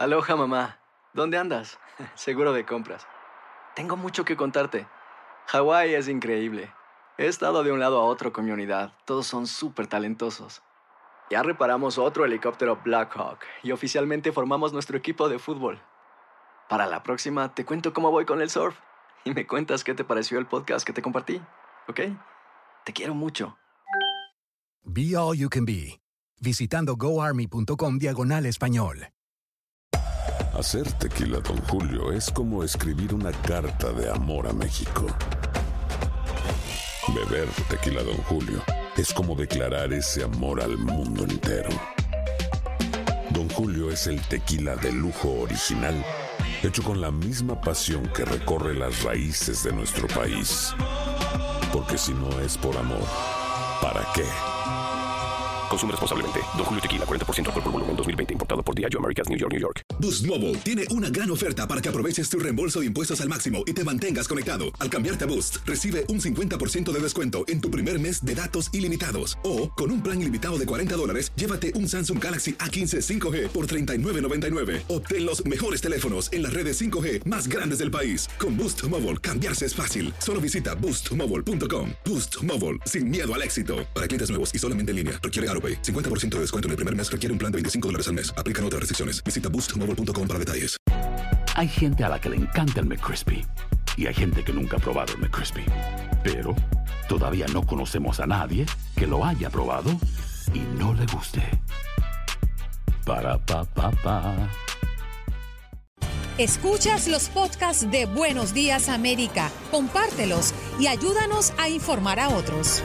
Aloha, mamá. ¿Dónde andas? Seguro de compras. Tengo mucho que contarte. Hawái es increíble. He estado de un lado a otro con mi unidad. Todos son súper talentosos. Ya reparamos otro helicóptero Blackhawk y oficialmente formamos nuestro equipo de fútbol. Para la próxima te cuento cómo voy con el surf y me cuentas qué te pareció el podcast que te compartí, ¿ok? Te quiero mucho. Be All You Can Be, visitando goarmy.com/español. Hacer tequila, Don Julio, es como escribir una carta de amor a México. Beber tequila, Don Julio, es como declarar ese amor al mundo entero. Don Julio es el tequila de lujo original, hecho con la misma pasión que recorre las raíces de nuestro país. Porque si no es por amor, ¿para qué? Consume responsablemente. Don Julio Tequila, 40% alcohol por volumen, 2020. Importado por Diageo Americas, New York, New York. Boost Mobile tiene una gran oferta para que aproveches tu reembolso de impuestos al máximo y te mantengas conectado. Al cambiarte a Boost, recibe un 50% de descuento en tu primer mes de datos ilimitados. O, con un plan ilimitado de $40, llévate un Samsung Galaxy A15 5G por $39.99. Obtén los mejores teléfonos en las redes 5G más grandes del país. Con Boost Mobile, cambiarse es fácil. Solo visita boostmobile.com. Boost Mobile, sin miedo al éxito. Para clientes nuevos y solamente en línea, requiere AroPay. 50% de descuento en el primer mes requiere un plan de $25 al mes. Aplican otras restricciones. Visita boostmobile.com para detalles. Hay gente a la que le encanta el McCrispy y hay gente que nunca ha probado el McCrispy. Pero todavía no conocemos a nadie que lo haya probado y no le guste. Para pa pa pa. Escuchas los podcasts de Buenos Días América. Compártelos y ayúdanos a informar a otros.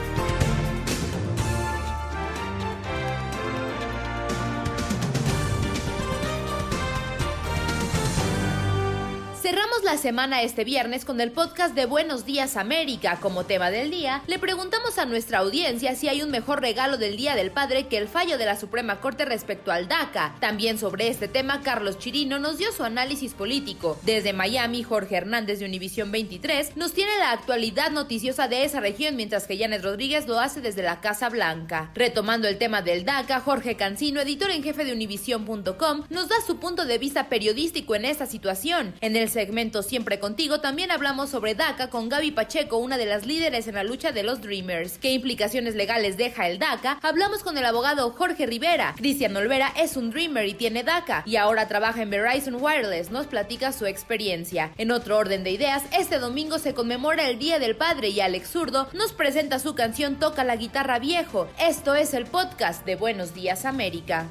Cerramos la semana este viernes con el podcast de Buenos Días América. Como tema del día, le preguntamos a nuestra audiencia si hay un mejor regalo del Día del Padre que el fallo de la Suprema Corte respecto al DACA. También sobre este tema, Carlos Chirino nos dio su análisis político. Desde Miami, Jorge Hernández de Univisión 23 nos tiene la actualidad noticiosa de esa región, mientras que Janet Rodríguez lo hace desde la Casa Blanca. Retomando el tema del DACA, Jorge Cancino, editor en jefe de Univision.com, nos da su punto de vista periodístico en esta situación. En el segmento Siempre Contigo también hablamos sobre DACA con Gaby Pacheco, una de las líderes en la lucha de los Dreamers. ¿Qué implicaciones legales deja el DACA? Hablamos con el abogado Jorge Rivera. Cristian Olvera es un Dreamer y tiene DACA y ahora trabaja en Verizon Wireless. Nos platica su experiencia. En otro orden de ideas, este domingo se conmemora el Día del Padre y Alex Zurdo nos presenta su canción Toca la Guitarra Viejo. Esto es el podcast de Buenos Días América.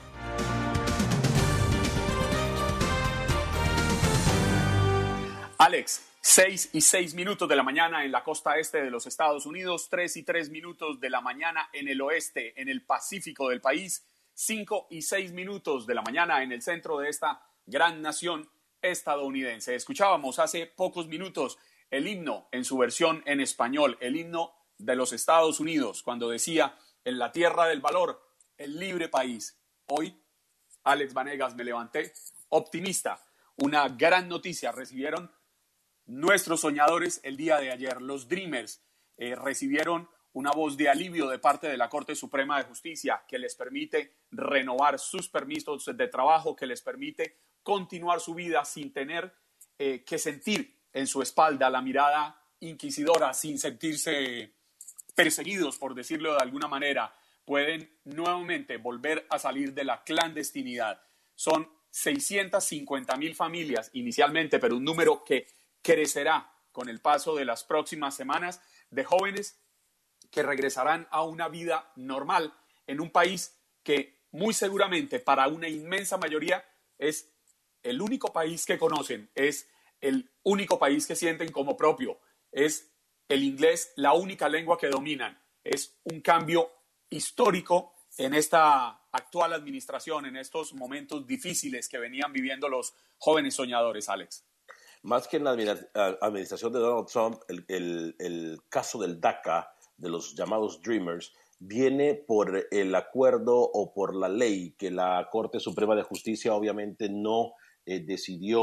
Alex, 6:06 de la mañana en la costa este de los Estados Unidos, 3:03 de la mañana en el oeste, en el Pacífico del país, 5:06 de la mañana en el centro de esta gran nación estadounidense. Escuchábamos hace pocos minutos el himno en su versión en español, el himno de los Estados Unidos, cuando decía, en la tierra del valor, el libre país. Hoy, Alex Vanegas, me levanté optimista. Una gran noticia recibieron nuestros soñadores el día de ayer. Los Dreamers recibieron una voz de alivio de parte de la Corte Suprema de Justicia que les permite renovar sus permisos de trabajo, que les permite continuar su vida sin tener que sentir en su espalda la mirada inquisidora, sin sentirse perseguidos, por decirlo de alguna manera. Pueden nuevamente volver a salir de la clandestinidad. Son 650,000 familias inicialmente, pero un número que crecerá con el paso de las próximas semanas, de jóvenes que regresarán a una vida normal en un país que muy seguramente para una inmensa mayoría es el único país que conocen, es el único país que sienten como propio, es el inglés la única lengua que dominan. Es un cambio histórico en esta actual administración, en estos momentos difíciles que venían viviendo los jóvenes soñadores, Alex. Más que en la administración de Donald Trump, el caso del DACA, de los llamados Dreamers, viene por el acuerdo o por la ley que la Corte Suprema de Justicia obviamente no decidió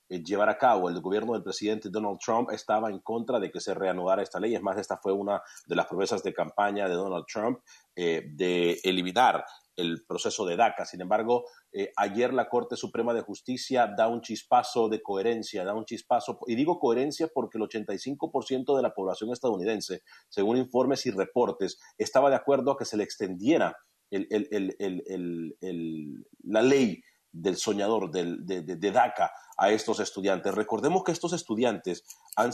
llevar a cabo. El gobierno del presidente Donald Trump estaba en contra de que se reanudara esta ley. Es más, esta fue una de las promesas de campaña de Donald Trump, de eliminar el proceso de DACA. Sin embargo, ayer la Corte Suprema de Justicia da un chispazo de coherencia, da un chispazo, y digo coherencia porque el 85% de la población estadounidense, según informes y reportes, estaba de acuerdo a que se le extendiera la ley del soñador, de DACA a estos estudiantes. Recordemos que estos estudiantes han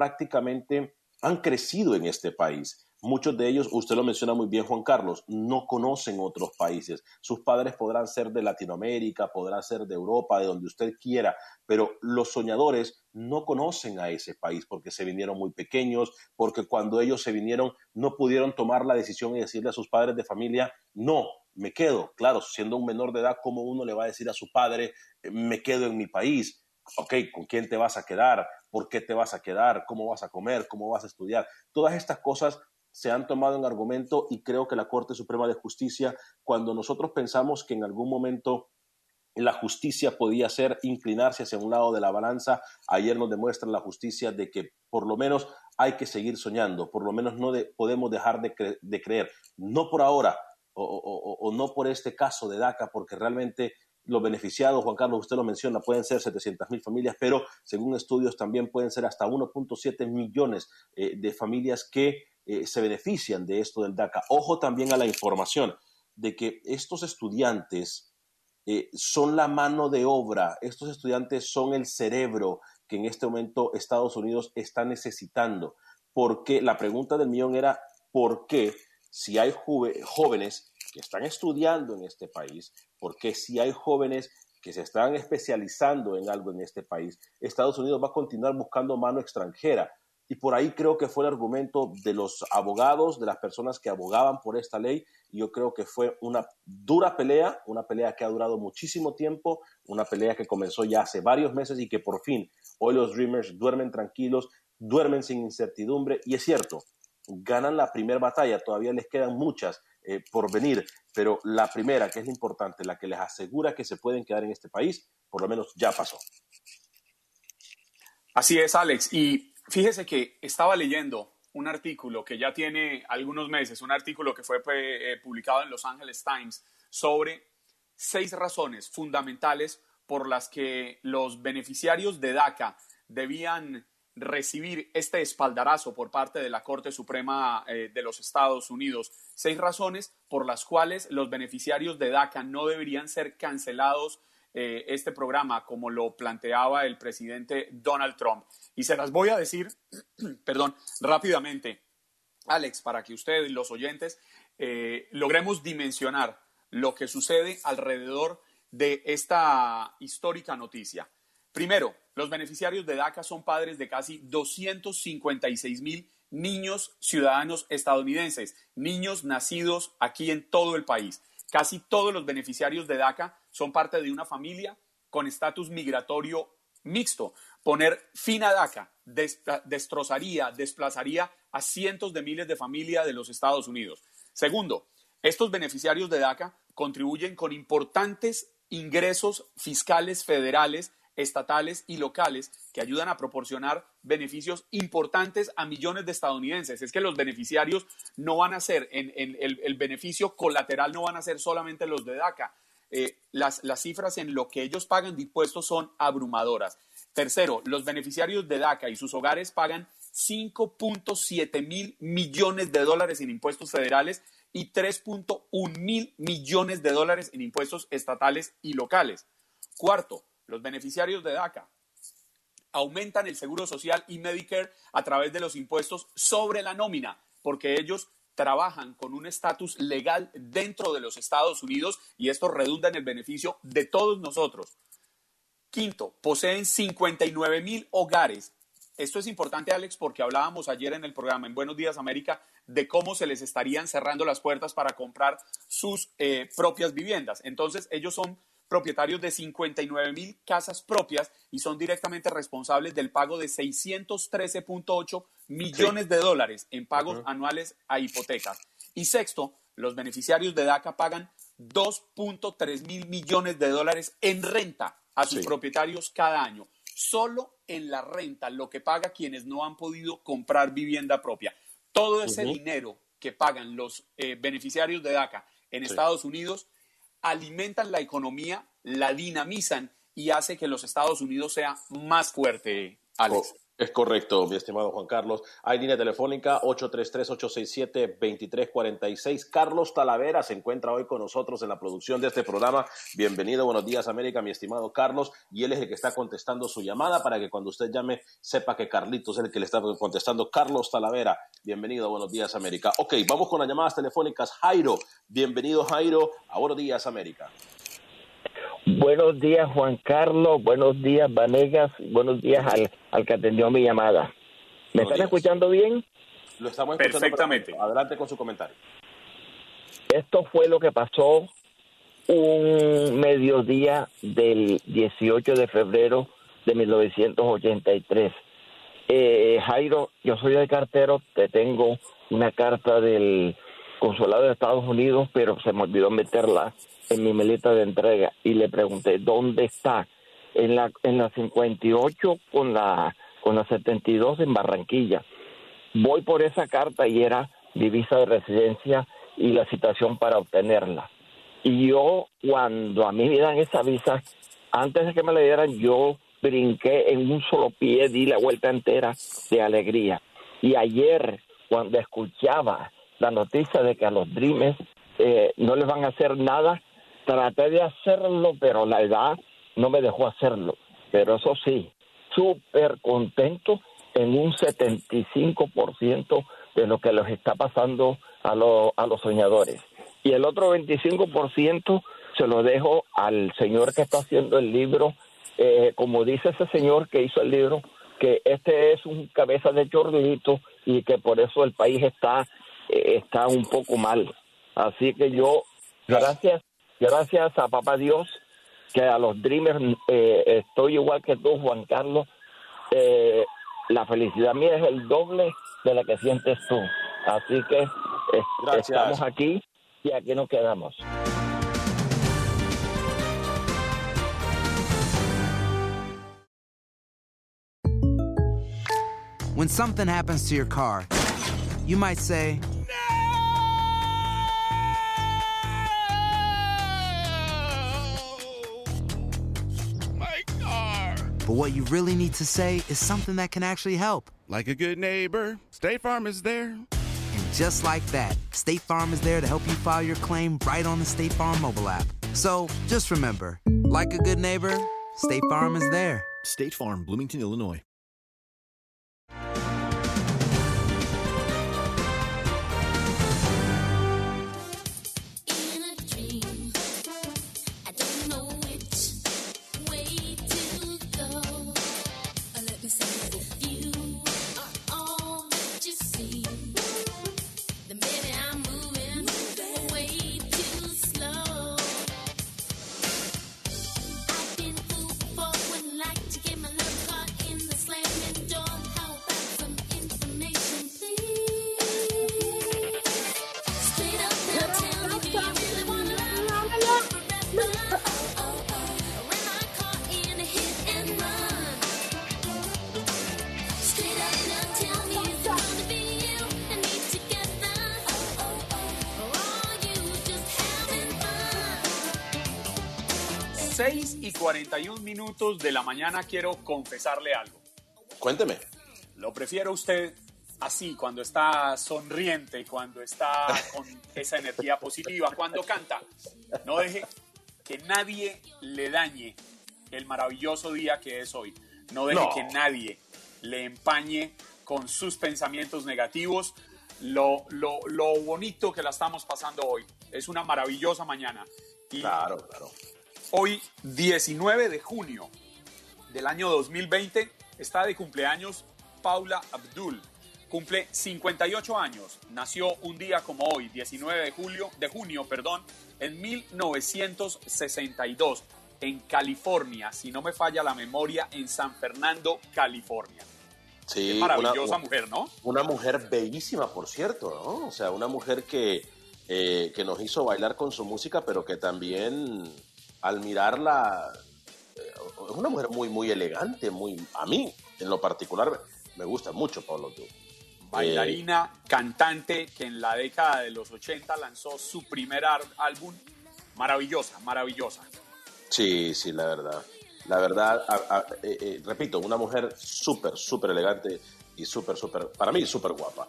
crecido en este país. Muchos de ellos, usted lo menciona muy bien, Juan Carlos, no conocen otros países. Sus padres podrán ser de Latinoamérica, podrán ser de Europa, de donde usted quiera, pero los soñadores no conocen a ese país porque se vinieron muy pequeños, porque cuando ellos se vinieron no pudieron tomar la decisión y decirle a sus padres de familia, no, me quedo. Claro, siendo un menor de edad, ¿cómo uno le va a decir a su padre, me quedo en mi país? Ok, ¿con quién te vas a quedar? ¿Por qué te vas a quedar? ¿Cómo vas a comer? ¿Cómo vas a estudiar? Todas estas cosas se han tomado en argumento y creo que la Corte Suprema de Justicia, cuando nosotros pensamos que en algún momento la justicia podía ser inclinarse hacia un lado de la balanza, ayer nos demuestra la justicia de que por lo menos hay que seguir soñando, por lo menos no podemos dejar de creer, no por ahora o no por este caso de DACA, porque realmente los beneficiados, Juan Carlos, usted lo menciona, pueden ser 700,000 familias, pero según estudios también pueden ser hasta 1.7 millones de familias que se benefician de esto del DACA. Ojo también a la información de que estos estudiantes son la mano de obra, estos estudiantes son el cerebro que en este momento Estados Unidos está necesitando. Porque la pregunta del millón era, ¿por qué si hay jóvenes que están estudiando en este país, por qué si hay jóvenes que se están especializando en algo en este país, Estados Unidos va a continuar buscando mano extranjera? Y por ahí creo que fue el argumento de los abogados, de las personas que abogaban por esta ley. Y yo creo que fue una dura pelea, una pelea que ha durado muchísimo tiempo, una pelea que comenzó ya hace varios meses y que por fin hoy los Dreamers duermen tranquilos, duermen sin incertidumbre. Y es cierto, ganan la primera batalla, todavía les quedan muchas por venir, pero la primera, que es la importante, la que les asegura que se pueden quedar en este país, por lo menos ya pasó. Así es, Alex. Y fíjese que estaba leyendo un artículo que ya tiene algunos meses, un artículo que fue publicado en Los Angeles Times sobre 6 razones fundamentales por las que los beneficiarios de DACA debían recibir este espaldarazo por parte de la Corte Suprema de los Estados Unidos. 6 razones por las cuales los beneficiarios de DACA no deberían ser cancelados este programa como lo planteaba el presidente Donald Trump. Y se las voy a decir, rápidamente, Alex, para que ustedes, los oyentes, logremos dimensionar lo que sucede alrededor de esta histórica noticia. Primero, los beneficiarios de DACA son padres de casi 256,000 niños ciudadanos estadounidenses, niños nacidos aquí en todo el país. Casi todos los beneficiarios de DACA son parte de una familia con estatus migratorio mixto. Poner fin a DACA desplazaría a cientos de miles de familias de los Estados Unidos. Segundo, estos beneficiarios de DACA contribuyen con importantes ingresos fiscales federales, estatales y locales que ayudan a proporcionar beneficios importantes a millones de estadounidenses. Es que los beneficiarios no van a ser, el beneficio colateral no van a ser solamente los de DACA. Las cifras en lo que ellos pagan de impuestos son abrumadoras. Tercero, los beneficiarios de DACA y sus hogares pagan 5.7 mil millones de dólares en impuestos federales y 3.1 mil millones de dólares en impuestos estatales y locales. Cuarto, los beneficiarios de DACA aumentan el seguro social y Medicare a través de los impuestos sobre la nómina, porque ellos trabajan con un estatus legal dentro de los Estados Unidos y esto redunda en el beneficio de todos nosotros. Quinto, poseen 59,000 hogares. Esto es importante, Alex, porque hablábamos ayer en el programa en Buenos Días América de cómo se les estarían cerrando las puertas para comprar sus propias viviendas. Entonces, ellos son propietarios de 59,000 casas propias y son directamente responsables del pago de 613.8 millones de dólares en pagos anuales a hipotecas. Y sexto, los beneficiarios de DACA pagan 2.3 mil millones de dólares en renta a sus propietarios cada año. solo en la renta, lo que paga quienes no han podido comprar vivienda propia. Todo ese dinero que pagan los beneficiarios de DACA en Estados Unidos alimentan la economía, la dinamizan y hace que los Estados Unidos sea más fuerte, Alex. Es correcto, mi estimado Juan Carlos. Hay línea telefónica 833-867-2346. Carlos Talavera se encuentra hoy con nosotros en la producción de este programa. Bienvenido, Buenos Días América, mi estimado Carlos. Y él es el que está contestando su llamada para que cuando usted llame sepa que Carlitos es el que le está contestando. Carlos Talavera, bienvenido a Buenos Días América. Ok, vamos con las llamadas telefónicas. Jairo, bienvenido Jairo a Buenos Días América. Buenos días, Juan Carlos. Buenos días, Vanegas. Buenos días al que atendió mi llamada. ¿Me están escuchando bien? Lo estamos escuchando perfectamente. Adelante con su comentario. Esto fue lo que pasó un mediodía del 18 de febrero de 1983. Jairo, yo soy el cartero. Te tengo una carta del Consulado de Estados Unidos, pero se me olvidó meterla en mi melita de entrega y le pregunté dónde está, en la 58 con la 72 en Barranquilla. Voy por esa carta y era divisa de residencia y la citación para obtenerla. Y yo, cuando a mí me dan esa visa, antes de que me la dieran, yo brinqué en un solo pie, di la vuelta entera de alegría. Y ayer, cuando escuchaba la noticia de que a los Dreamers no les van a hacer nada, traté de hacerlo, pero la edad no me dejó hacerlo. Pero eso sí, súper contento en un 75% de lo que les está pasando a los soñadores. Y el otro 25% se lo dejo al señor que está haciendo el libro. Como dice ese señor que hizo el libro, que este es un cabeza de chorlito y que por eso el país está un poco mal. Así que yo, gracias a Papá Dios, que a los Dreamers estoy igual que tú, Juan Carlos. La felicidad mía es el doble de la que sientes tú. Así que estamos aquí y aquí nos quedamos. When something happens to your car, you might say, but what you really need to say is something that can actually help. Like a good neighbor, State Farm is there. And just like that, State Farm is there to help you file your claim right on the State Farm mobile app. So just remember, like a good neighbor, State Farm is there. State Farm, Bloomington, Illinois. Y 41 minutos de la mañana, quiero confesarle algo. Cuénteme. ¿Lo prefiere usted así, cuando está sonriente, cuando está con esa energía positiva, cuando canta? No deje que nadie le dañe el maravilloso día que es hoy. No deje que nadie le empañe con sus pensamientos negativos lo bonito que la estamos pasando hoy. Es una maravillosa mañana. Y claro. Hoy, 19 de junio del año 2020, está de cumpleaños Paula Abdul. Cumple 58 años. Nació un día como hoy, 19 de junio, en 1962, en California. Si no me falla la memoria, en San Fernando, California. Sí, qué maravillosa mujer, ¿no? Una mujer bellísima, por cierto, ¿no? O sea, una mujer que nos hizo bailar con su música, pero que también, al mirarla, es una mujer muy, muy elegante, a mí, en lo particular, me gusta mucho Paula Abdul. Bailarina, cantante, que en la década de los 80 lanzó su primer álbum. Maravillosa. Sí, la verdad. La verdad, repito, una mujer súper, súper elegante y súper, para mí, súper guapa.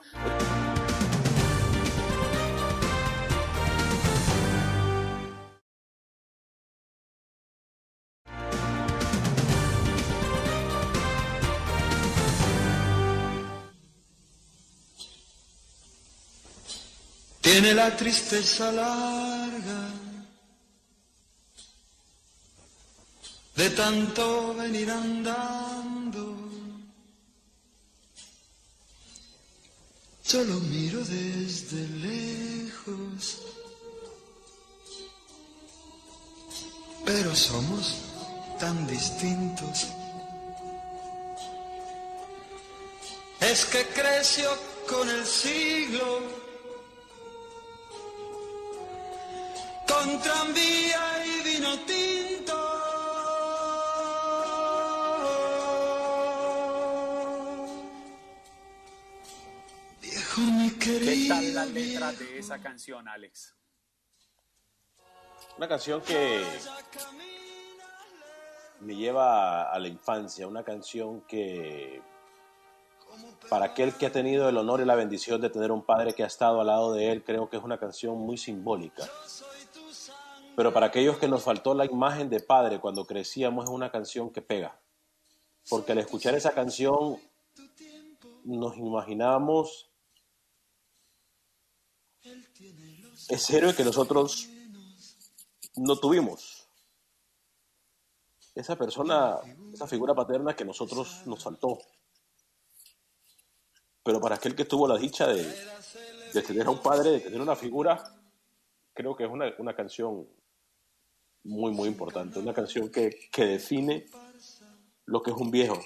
Tiene la tristeza larga de tanto venir andando. Yo lo miro desde lejos, pero somos tan distintos. Es que creció con el siglo, con tranvía y vino tinto. Viejo mi querido. ¿Qué tal la letra de esa canción, Alex? Una canción que me lleva a la infancia, una canción que para aquel que ha tenido el honor y la bendición de tener un padre que ha estado al lado de él, creo que es una canción muy simbólica. Pero para aquellos que nos faltó la imagen de padre cuando crecíamos, es una canción que pega. Porque al escuchar esa canción nos imaginábamos ese héroe que nosotros no tuvimos. Esa persona, esa figura paterna que nosotros nos faltó. Pero para aquel que tuvo la dicha de tener a un padre, de tener una figura, creo que es una canción muy, muy importante. Una canción que define lo que es un viejo.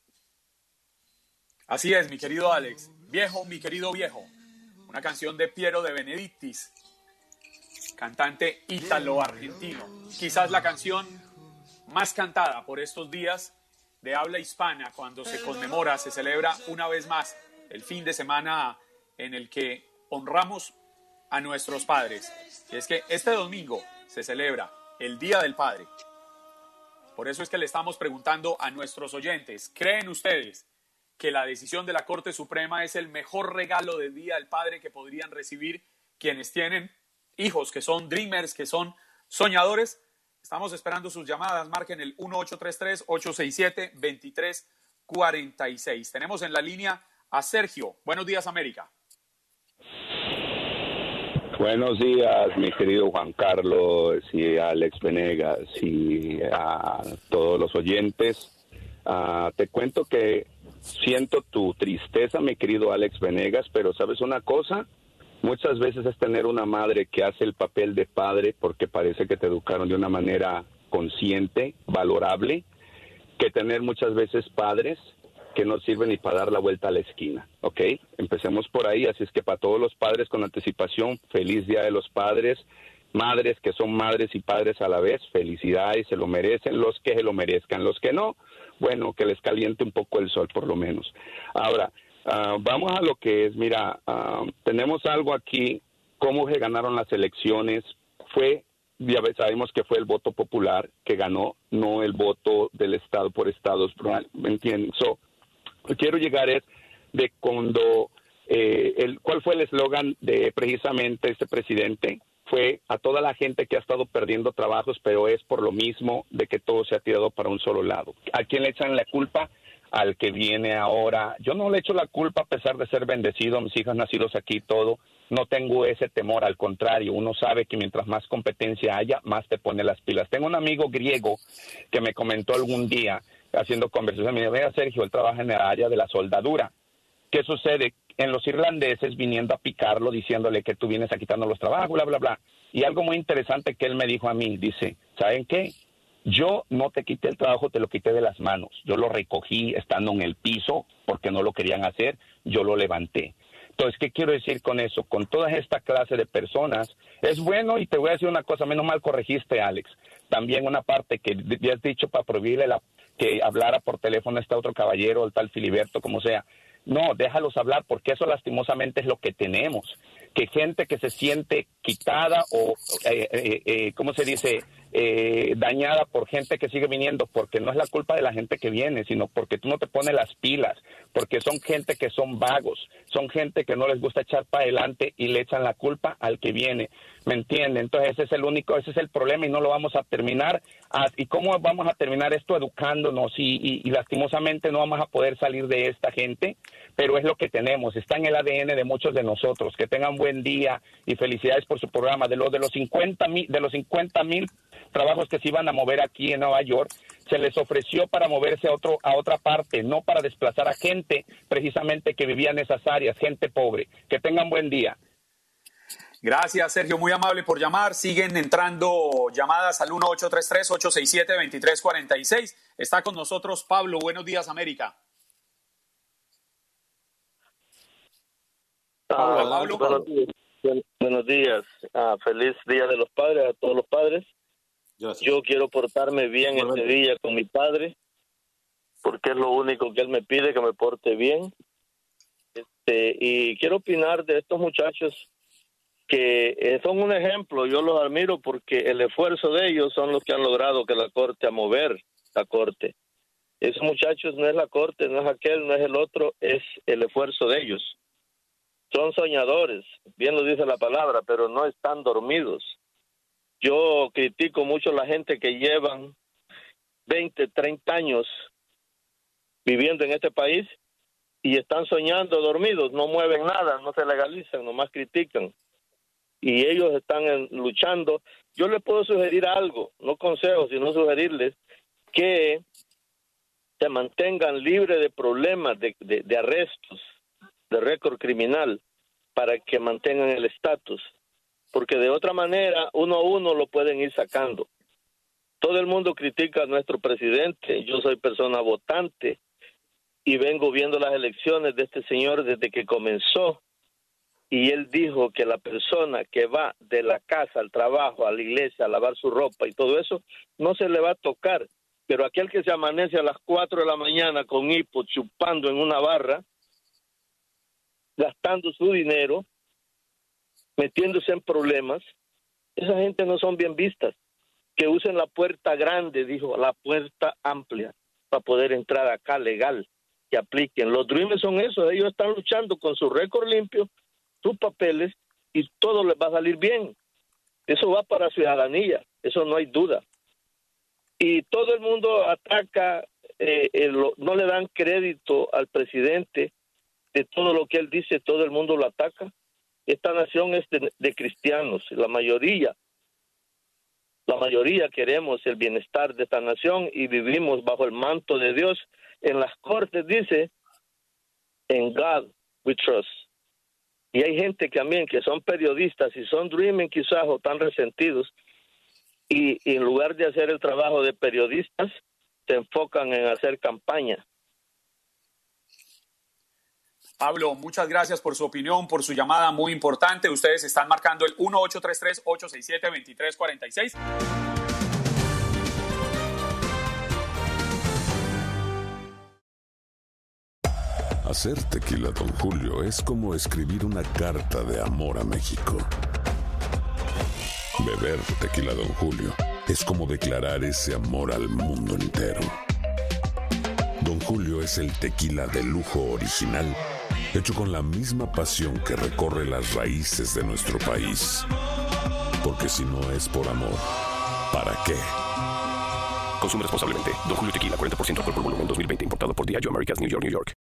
Así es, mi querido Alex. Viejo, mi querido viejo. Una canción de Piero de Benedictis, cantante ítalo-argentino. Quizás la canción más cantada por estos días de habla hispana, cuando se conmemora, se celebra una vez más el fin de semana en el que honramos a nuestros padres. Y es que este domingo se celebra el Día del Padre. Por eso es que le estamos preguntando a nuestros oyentes, ¿creen ustedes que la decisión de la Corte Suprema es el mejor regalo del Día del Padre que podrían recibir quienes tienen hijos, que son dreamers, que son soñadores? Estamos esperando sus llamadas. Marquen el 1833-867-2346. Tenemos en la línea a Sergio. Buenos días, América. Buenos días, mi querido Juan Carlos y Alex Venegas y a todos los oyentes. Te cuento que siento tu tristeza, mi querido Alex Venegas, pero ¿sabes una cosa? Muchas veces es tener una madre que hace el papel de padre porque parece que te educaron de una manera consciente, valorable, que tener muchas veces padres que no sirven ni para dar la vuelta a la esquina, ¿ok? Empecemos por ahí, así es que para todos los padres con anticipación, feliz Día de los Padres, madres que son madres y padres a la vez, felicidades, se lo merecen, los que se lo merezcan, los que no, bueno, que les caliente un poco el sol por lo menos. Ahora, vamos a lo que es, mira, tenemos algo aquí, cómo se ganaron las elecciones, ya sabemos que fue el voto popular que ganó, no el voto del Estado por estados, ¿me entienden? Quiero llegar es de cuando, ¿cuál fue el eslogan de precisamente este presidente? Fue a toda la gente que ha estado perdiendo trabajos, pero es por lo mismo de que todo se ha tirado para un solo lado. ¿A quién le echan la culpa? Al que viene ahora. Yo no le echo la culpa a pesar de ser bendecido, mis hijas nacidos aquí, todo. No tengo ese temor, al contrario, uno sabe que mientras más competencia haya, más te pone las pilas. Tengo un amigo griego que me comentó algún día, haciendo conversación, me dijo, vea Sergio, él trabaja en el área de la soldadura. ¿Qué sucede? En los irlandeses viniendo a picarlo, diciéndole que tú vienes a quitarnos los trabajos, bla, bla, bla. Y algo muy interesante que él me dijo a mí, dice, ¿saben qué? Yo no te quité el trabajo, te lo quité de las manos. Yo lo recogí estando en el piso porque no lo querían hacer, yo lo levanté. Entonces, ¿qué quiero decir con eso? Con toda esta clase de personas, es bueno, y te voy a decir una cosa, menos mal corregiste, Alex, también una parte que ya has dicho para prohibirle que hablara por teléfono a este otro caballero, el tal Filiberto, como sea. No, déjalos hablar, porque eso lastimosamente es lo que tenemos, que gente que se siente quitada o, ¿cómo se dice?, dañada por gente que sigue viniendo, porque no es la culpa de la gente que viene, sino porque tú no te pones las pilas, porque son gente que son vagos, son gente que no les gusta echar para adelante y le echan la culpa al que viene, ¿me entienden? Entonces ese es el problema y no lo vamos a terminar. ¿Y cómo vamos a terminar esto? Educándonos y lastimosamente no vamos a poder salir de esta gente, pero es lo que tenemos, está en el ADN de muchos de nosotros. Que tengan buen día y felicidades por su programa. De los 50,000 trabajos que se iban a mover aquí en Nueva York, se les ofreció para moverse a otra parte, no para desplazar a gente precisamente que vivía en esas áreas, gente pobre. Que tengan buen día. Gracias, Sergio, muy amable por llamar. Siguen entrando llamadas al 1-833-867-2346. Está con nosotros Pablo. Buenos días, América. Pablo. Buenos días. Feliz Día de los Padres a todos los padres. Gracias. Yo quiero portarme bien este día con mi padre, porque es lo único que él me pide, que me porte bien. Y quiero opinar de estos muchachos que son un ejemplo. Yo los admiro porque el esfuerzo de ellos son los que han logrado que la Corte, a mover la Corte. Esos muchachos no es la Corte, no es aquel, no es el otro, es el esfuerzo de ellos. Son soñadores, bien lo dice la palabra, pero no están dormidos. Yo critico mucho a la gente que llevan 20, 30 años viviendo en este país y están soñando dormidos, no mueven nada, no se legalizan, nomás critican. Y ellos están luchando. Yo les puedo sugerir algo, no consejos, sino sugerirles que se mantengan libres de problemas, de arrestos, de récord criminal, para que mantengan el estatus, porque de otra manera uno a uno lo pueden ir sacando. Todo el mundo critica a nuestro presidente. Yo soy persona votante y vengo viendo las elecciones de este señor desde que comenzó, y él dijo que la persona que va de la casa al trabajo, a la iglesia, a lavar su ropa y todo eso, no se le va a tocar, pero aquel que se amanece a las 4 de la mañana con hipo, chupando en una barra, gastando su dinero, metiéndose en problemas, esa gente no son bien vistas. Que usen la puerta grande, dijo, la puerta amplia, para poder entrar acá legal, que apliquen. Los Dreamers son esos, ellos están luchando con su récord limpio, sus papeles, y todo les va a salir bien. Eso va para ciudadanía, eso no hay duda. Y todo el mundo ataca, no le dan crédito al presidente de todo lo que él dice, todo el mundo lo ataca. Esta nación es de cristianos, la mayoría queremos el bienestar de esta nación y vivimos bajo el manto de Dios. En las cortes dice, en God we trust. Y hay gente también que son periodistas y son dreaming quizás o tan resentidos, y en lugar de hacer el trabajo de periodistas, se enfocan en hacer campaña. Pablo, muchas gracias por su opinión, por su llamada muy importante. Ustedes están marcando el 1-833-867-2346. Hacer tequila Don Julio es como escribir una carta de amor a México. Beber tequila Don Julio es como declarar ese amor al mundo entero. Don Julio es el tequila de lujo original, hecho con la misma pasión que recorre las raíces de nuestro país. Porque si no es por amor, ¿para qué? Consume responsablemente. Don Julio Tequila, 40% alcohol por volumen, 2020. Importado por Diageo Americas, New York, New York.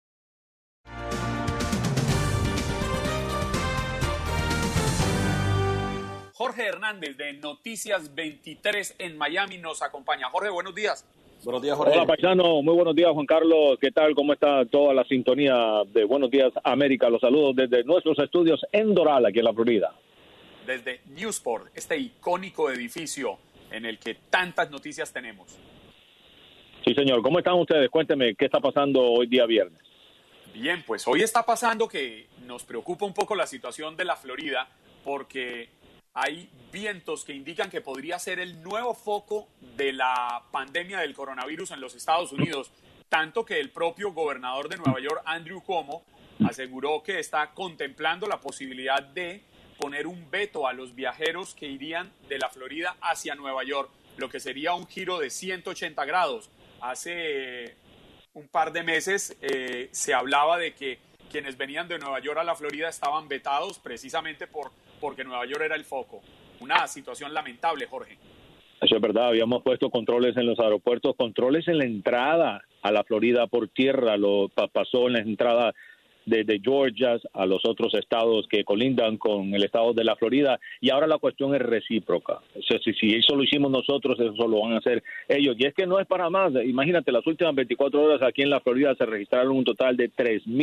Jorge Hernández, de Noticias 23 en Miami, nos acompaña. Jorge, buenos días. Buenos días, Jorge. Hola, paisano. Muy buenos días, Juan Carlos. ¿Qué tal? ¿Cómo está toda la sintonía de Buenos Días, América? Los saludos desde nuestros estudios en Doral, aquí en la Florida. Desde Newsport, este icónico edificio en el que tantas noticias tenemos. Sí, señor. ¿Cómo están ustedes? Cuénteme, ¿qué está pasando hoy día viernes? Bien, pues hoy está pasando que nos preocupa un poco la situación de la Florida porque hay vientos que indican que podría ser el nuevo foco de la pandemia del coronavirus en los Estados Unidos, tanto que el propio gobernador de Nueva York, Andrew Cuomo, aseguró que está contemplando la posibilidad de poner un veto a los viajeros que irían de la Florida hacia Nueva York, lo que sería un giro de 180 grados. Hace un par de meses se hablaba de que quienes venían de Nueva York a la Florida estaban vetados precisamente porque Nueva York era el foco. Una situación lamentable, Jorge. Eso es verdad, habíamos puesto controles en los aeropuertos, controles en la entrada a la Florida por tierra, lo pasó en la entrada de Georgia a los otros estados que colindan con el estado de la Florida, y ahora la cuestión es recíproca. O sea, si eso lo hicimos nosotros, eso lo van a hacer ellos. Y es que no es para más. Imagínate, las últimas 24 horas aquí en la Florida se registraron un total de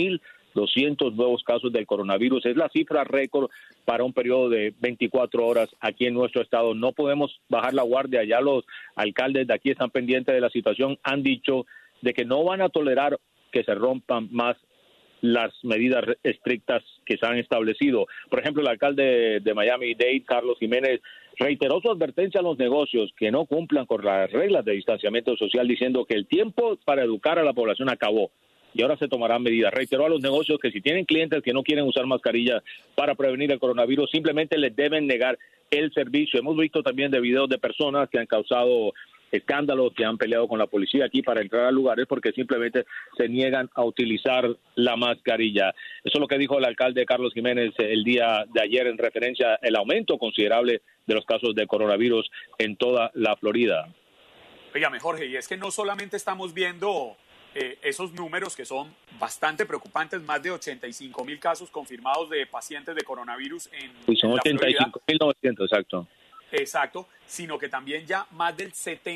3,200 nuevos casos del coronavirus. Es la cifra récord para un periodo de 24 horas aquí en nuestro estado. No podemos bajar la guardia. Ya los alcaldes de aquí están pendientes de la situación. Han dicho de que no van a tolerar que se rompan más las medidas estrictas que se han establecido. Por ejemplo, el alcalde de Miami-Dade, Carlos Jiménez, reiteró su advertencia a los negocios que no cumplan con las reglas de distanciamiento social, diciendo que el tiempo para educar a la población acabó y ahora se tomarán medidas. Reiteró a los negocios que si tienen clientes que no quieren usar mascarilla para prevenir el coronavirus, simplemente les deben negar el servicio. Hemos visto también de videos de personas que han causado escándalos, que han peleado con la policía aquí para entrar a lugares porque simplemente se niegan a utilizar la mascarilla. Eso es lo que dijo el alcalde Carlos Jiménez el día de ayer en referencia al aumento considerable de los casos de coronavirus en toda la Florida. Óigame, Jorge, y es que no solamente estamos viendo esos números que son bastante preocupantes, más de 85,000 casos confirmados de pacientes de coronavirus en son 85,900, exacto. Exacto, sino que también ya más del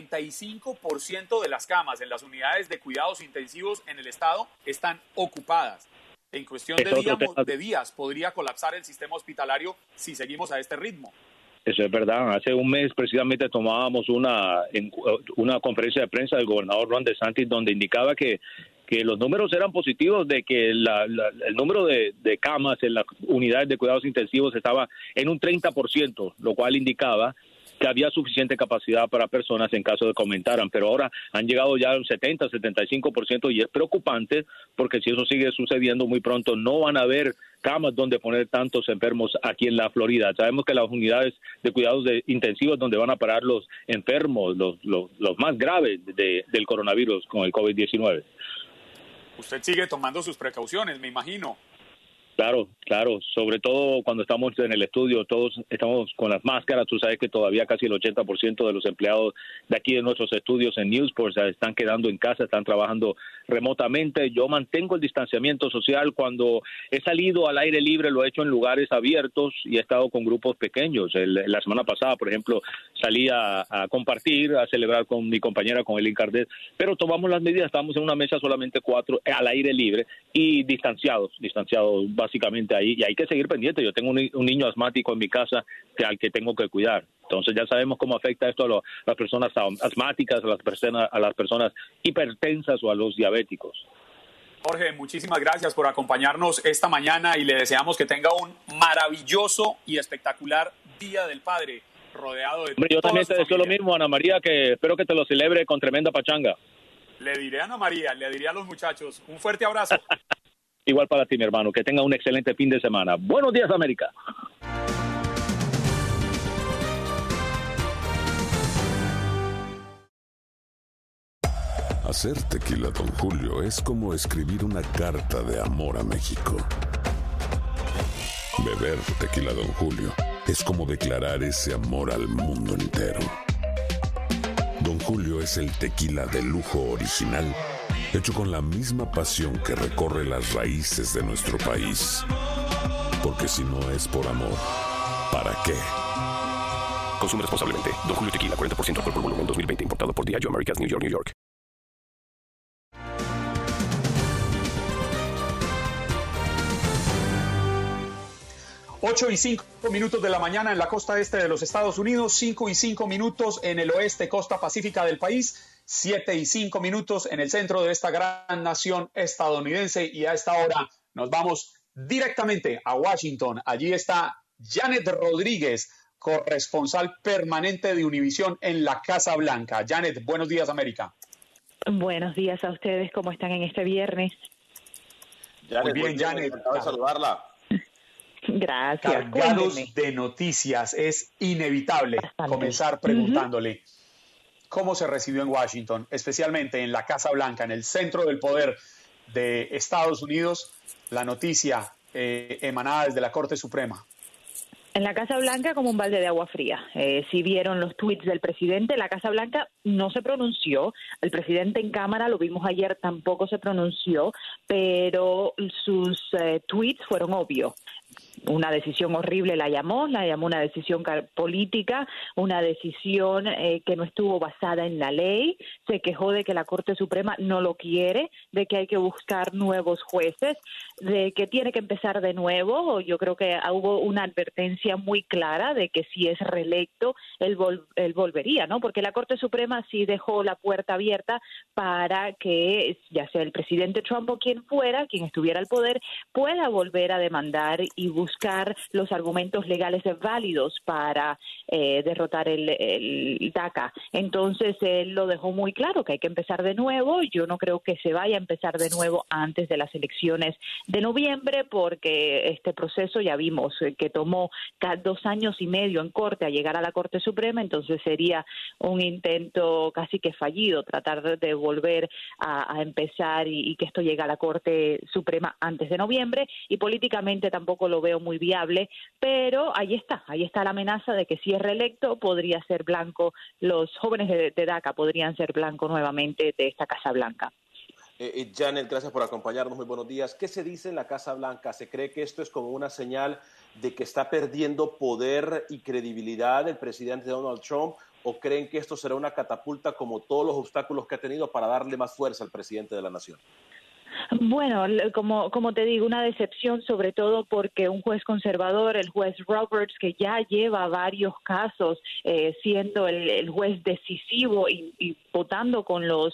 75% de las camas en las unidades de cuidados intensivos en el estado están ocupadas. En cuestión de días podría colapsar el sistema hospitalario si seguimos a este ritmo. Eso es verdad. Hace un mes precisamente tomábamos una conferencia de prensa del gobernador Ron DeSantis donde indicaba que los números eran positivos, de que el número de camas en las unidades de cuidados intensivos estaba en un 30%, lo cual indicaba que había suficiente capacidad para personas en caso de que aumentaran, pero ahora han llegado ya al 70, 75% y es preocupante porque si eso sigue sucediendo muy pronto no van a haber camas donde poner tantos enfermos aquí en la Florida. Sabemos que las unidades de cuidados intensivos donde van a parar los enfermos, los más graves del coronavirus con el COVID-19. Usted sigue tomando sus precauciones, me imagino. Claro, sobre todo cuando estamos en el estudio, todos estamos con las máscaras. Tú sabes que todavía casi el 80% de los empleados de aquí de nuestros estudios en Newsport se están quedando en casa, están trabajando remotamente. Yo mantengo el distanciamiento social. Cuando he salido al aire libre lo he hecho en lugares abiertos y he estado con grupos pequeños. La semana pasada, por ejemplo, salí a compartir, a celebrar con mi compañera, con Elin Cardés, pero tomamos las medidas. Estamos en una mesa solamente 4 al aire libre y distanciados básicamente ahí, y hay que seguir pendiente. Yo tengo un niño asmático en mi casa al que tengo que cuidar. Entonces ya sabemos cómo afecta esto a las personas asmáticas, a las personas hipertensas o a los diabéticos. Jorge, muchísimas gracias por acompañarnos esta mañana y le deseamos que tenga un maravilloso y espectacular Día del Padre, rodeado de yo también te deseo lo mismo, Ana María, que espero que te lo celebre con tremenda pachanga. Le diré a Ana María, le diré a los muchachos. Un fuerte abrazo. Igual para ti, mi hermano. Que tenga un excelente fin de semana. Buenos días, América. Hacer tequila Don Julio es como escribir una carta de amor a México. Beber tequila Don Julio es como declarar ese amor al mundo entero. Don Julio es el tequila de lujo original, hecho con la misma pasión que recorre las raíces de nuestro país. Porque si no es por amor, ¿para qué? Consume responsablemente. Don Julio Tequila, 40% alcohol por volumen, 2020. Importado por Diageo Americas, New York, New York. Ocho y 5 minutos de la mañana en la costa este de los Estados Unidos, 5 y 5 minutos en el oeste, costa pacífica del país. 7:05 en el centro de esta gran nación estadounidense, y a esta hora nos vamos directamente a Washington. Allí está Janet Rodríguez, corresponsal permanente de Univisión en la Casa Blanca. Janet, buenos días, América. Buenos días a ustedes, ¿cómo están en este viernes? Janet, muy bien, Janet. Encantado de saludarla. Gracias. Cargados de noticias, es inevitable comenzar preguntándole cómo se recibió en Washington, especialmente en la Casa Blanca, en el centro del poder de Estados Unidos, la noticia emanada desde la Corte Suprema. En la Casa Blanca como un balde de agua fría. Si vieron los tweets del presidente, la Casa Blanca no se pronunció. El presidente en cámara, lo vimos ayer, tampoco se pronunció, pero sus tweets fueron obvios. Una decisión horrible la llamó una decisión política, una decisión que no estuvo basada en la ley. Se quejó de que la Corte Suprema no lo quiere, de que hay que buscar nuevos jueces, de que tiene que empezar de nuevo. Yo creo que hubo una advertencia muy clara de que si es reelecto, él volvería, ¿no? Porque la Corte Suprema sí dejó la puerta abierta para que, ya sea el presidente Trump o quien fuera, quien estuviera al poder, pueda volver a demandar y buscar los argumentos legales válidos para derrotar el DACA. Entonces, él lo dejó muy claro, que hay que empezar de nuevo. Yo no creo que se vaya a empezar de nuevo antes de las elecciones de noviembre, porque este proceso ya vimos que tomó 2 años y medio en corte a llegar a la Corte Suprema, entonces sería un intento casi que fallido tratar de volver a empezar y que esto llegue a la Corte Suprema antes de noviembre, y políticamente tampoco lo veo muy viable, pero ahí está la amenaza de que si es reelecto podría ser blanco, los jóvenes de DACA podrían ser blanco nuevamente de esta Casa Blanca. Janet, gracias por acompañarnos, muy buenos días. ¿Qué se dice en la Casa Blanca? ¿Se cree que esto es como una señal de que está perdiendo poder y credibilidad el presidente Donald Trump, o creen que esto será una catapulta como todos los obstáculos que ha tenido para darle más fuerza al presidente de la nación? Bueno, como te digo, una decepción, sobre todo porque un juez conservador, el juez Roberts, que ya lleva varios casos siendo el juez decisivo y votando con los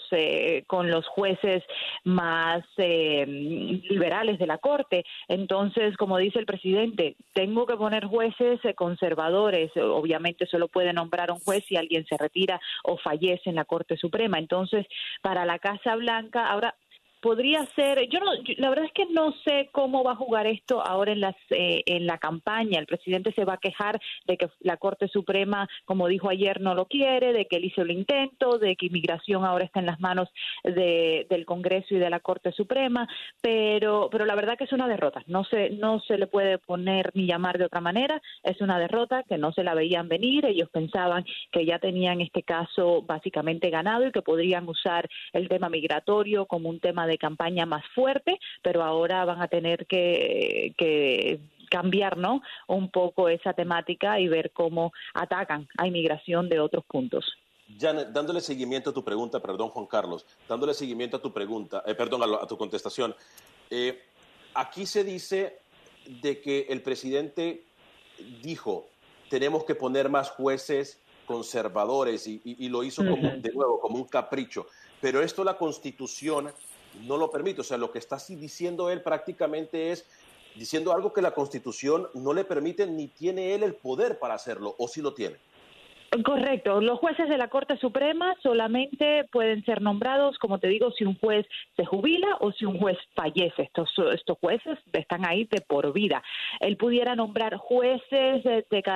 jueces más liberales de la Corte. Entonces, como dice el presidente, tengo que poner jueces conservadores. Obviamente solo puede nombrar un juez si alguien se retira o fallece en la Corte Suprema. Entonces, para la Casa Blanca, ahora podría ser, la verdad es que no sé cómo va a jugar esto ahora en la campaña. El presidente se va a quejar de que la Corte Suprema, como dijo ayer, no lo quiere, de que él hizo el intento, de que inmigración ahora está en las manos del Congreso y de la Corte Suprema, pero la verdad que es una derrota. No se le puede poner ni llamar de otra manera. Es una derrota que no se la veían venir. Ellos pensaban que ya tenían este caso básicamente ganado y que podrían usar el tema migratorio como un tema de campaña más fuerte, pero ahora van a tener que cambiar, ¿no?, un poco esa temática y ver cómo atacan a inmigración de otros puntos. Janet, dándole seguimiento a tu pregunta, perdón, Juan Carlos, dándole seguimiento a tu pregunta, a tu contestación, aquí se dice de que el presidente dijo, tenemos que poner más jueces conservadores y lo hizo de nuevo como un capricho, pero esto la Constitución no lo permite. O sea, lo que está diciendo él prácticamente es diciendo algo que la Constitución no le permite, ni tiene él el poder para hacerlo, o sí lo tiene. Correcto. Los jueces de la Corte Suprema solamente pueden ser nombrados, como te digo, si un juez se jubila o si un juez fallece. Estos jueces están ahí de por vida. Él pudiera nombrar jueces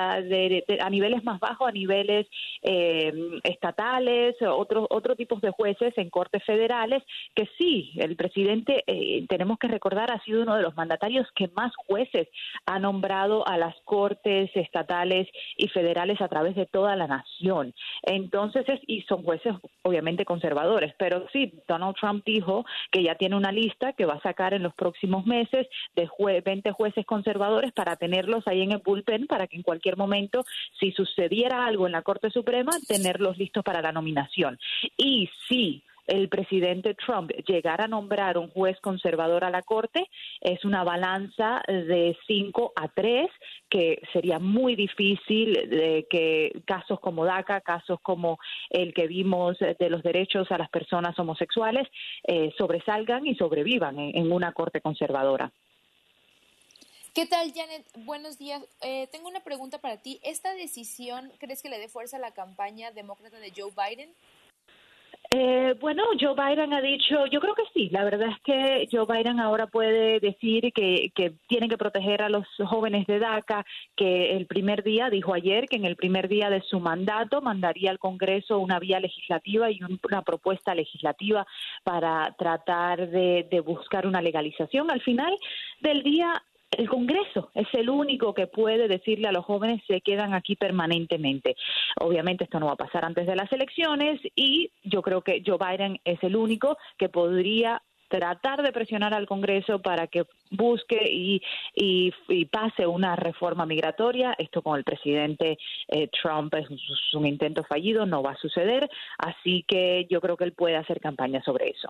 a niveles más bajos, a niveles estatales, otro tipos de jueces en cortes federales, que sí, el presidente, tenemos que recordar, ha sido uno de los mandatarios que más jueces ha nombrado a las cortes estatales y federales a través de toda la nación. Entonces, y son jueces obviamente conservadores, pero sí, Donald Trump dijo que ya tiene una lista que va a sacar en los próximos meses de 20 jueces conservadores para tenerlos ahí en el bullpen, para que en cualquier momento, si sucediera algo en la Corte Suprema, tenerlos listos para la nominación. Y sí, el presidente Trump llegara a nombrar un juez conservador a la Corte, es una balanza de 5-3, que sería muy difícil de que casos como DACA, casos como el que vimos de los derechos a las personas homosexuales, sobresalgan y sobrevivan en una Corte conservadora. ¿Qué tal, Janet? Buenos días. Tengo una pregunta para ti. ¿Esta decisión crees que le dé fuerza a la campaña demócrata de Joe Biden? Bueno, Joe Biden ha dicho, yo creo que sí, la verdad es que Joe Biden ahora puede decir que tienen que proteger a los jóvenes de DACA, que el primer día, dijo ayer, que en el primer día de su mandato mandaría al Congreso una vía legislativa y una propuesta legislativa para tratar de buscar una legalización. Al final del día, el Congreso es el único que puede decirle a los jóvenes se quedan aquí permanentemente. Obviamente esto no va a pasar antes de las elecciones y yo creo que Joe Biden es el único que podría tratar de presionar al Congreso para que busque y pase una reforma migratoria. Esto con el presidente Trump es un intento fallido, no va a suceder, así que yo creo que él puede hacer campaña sobre eso.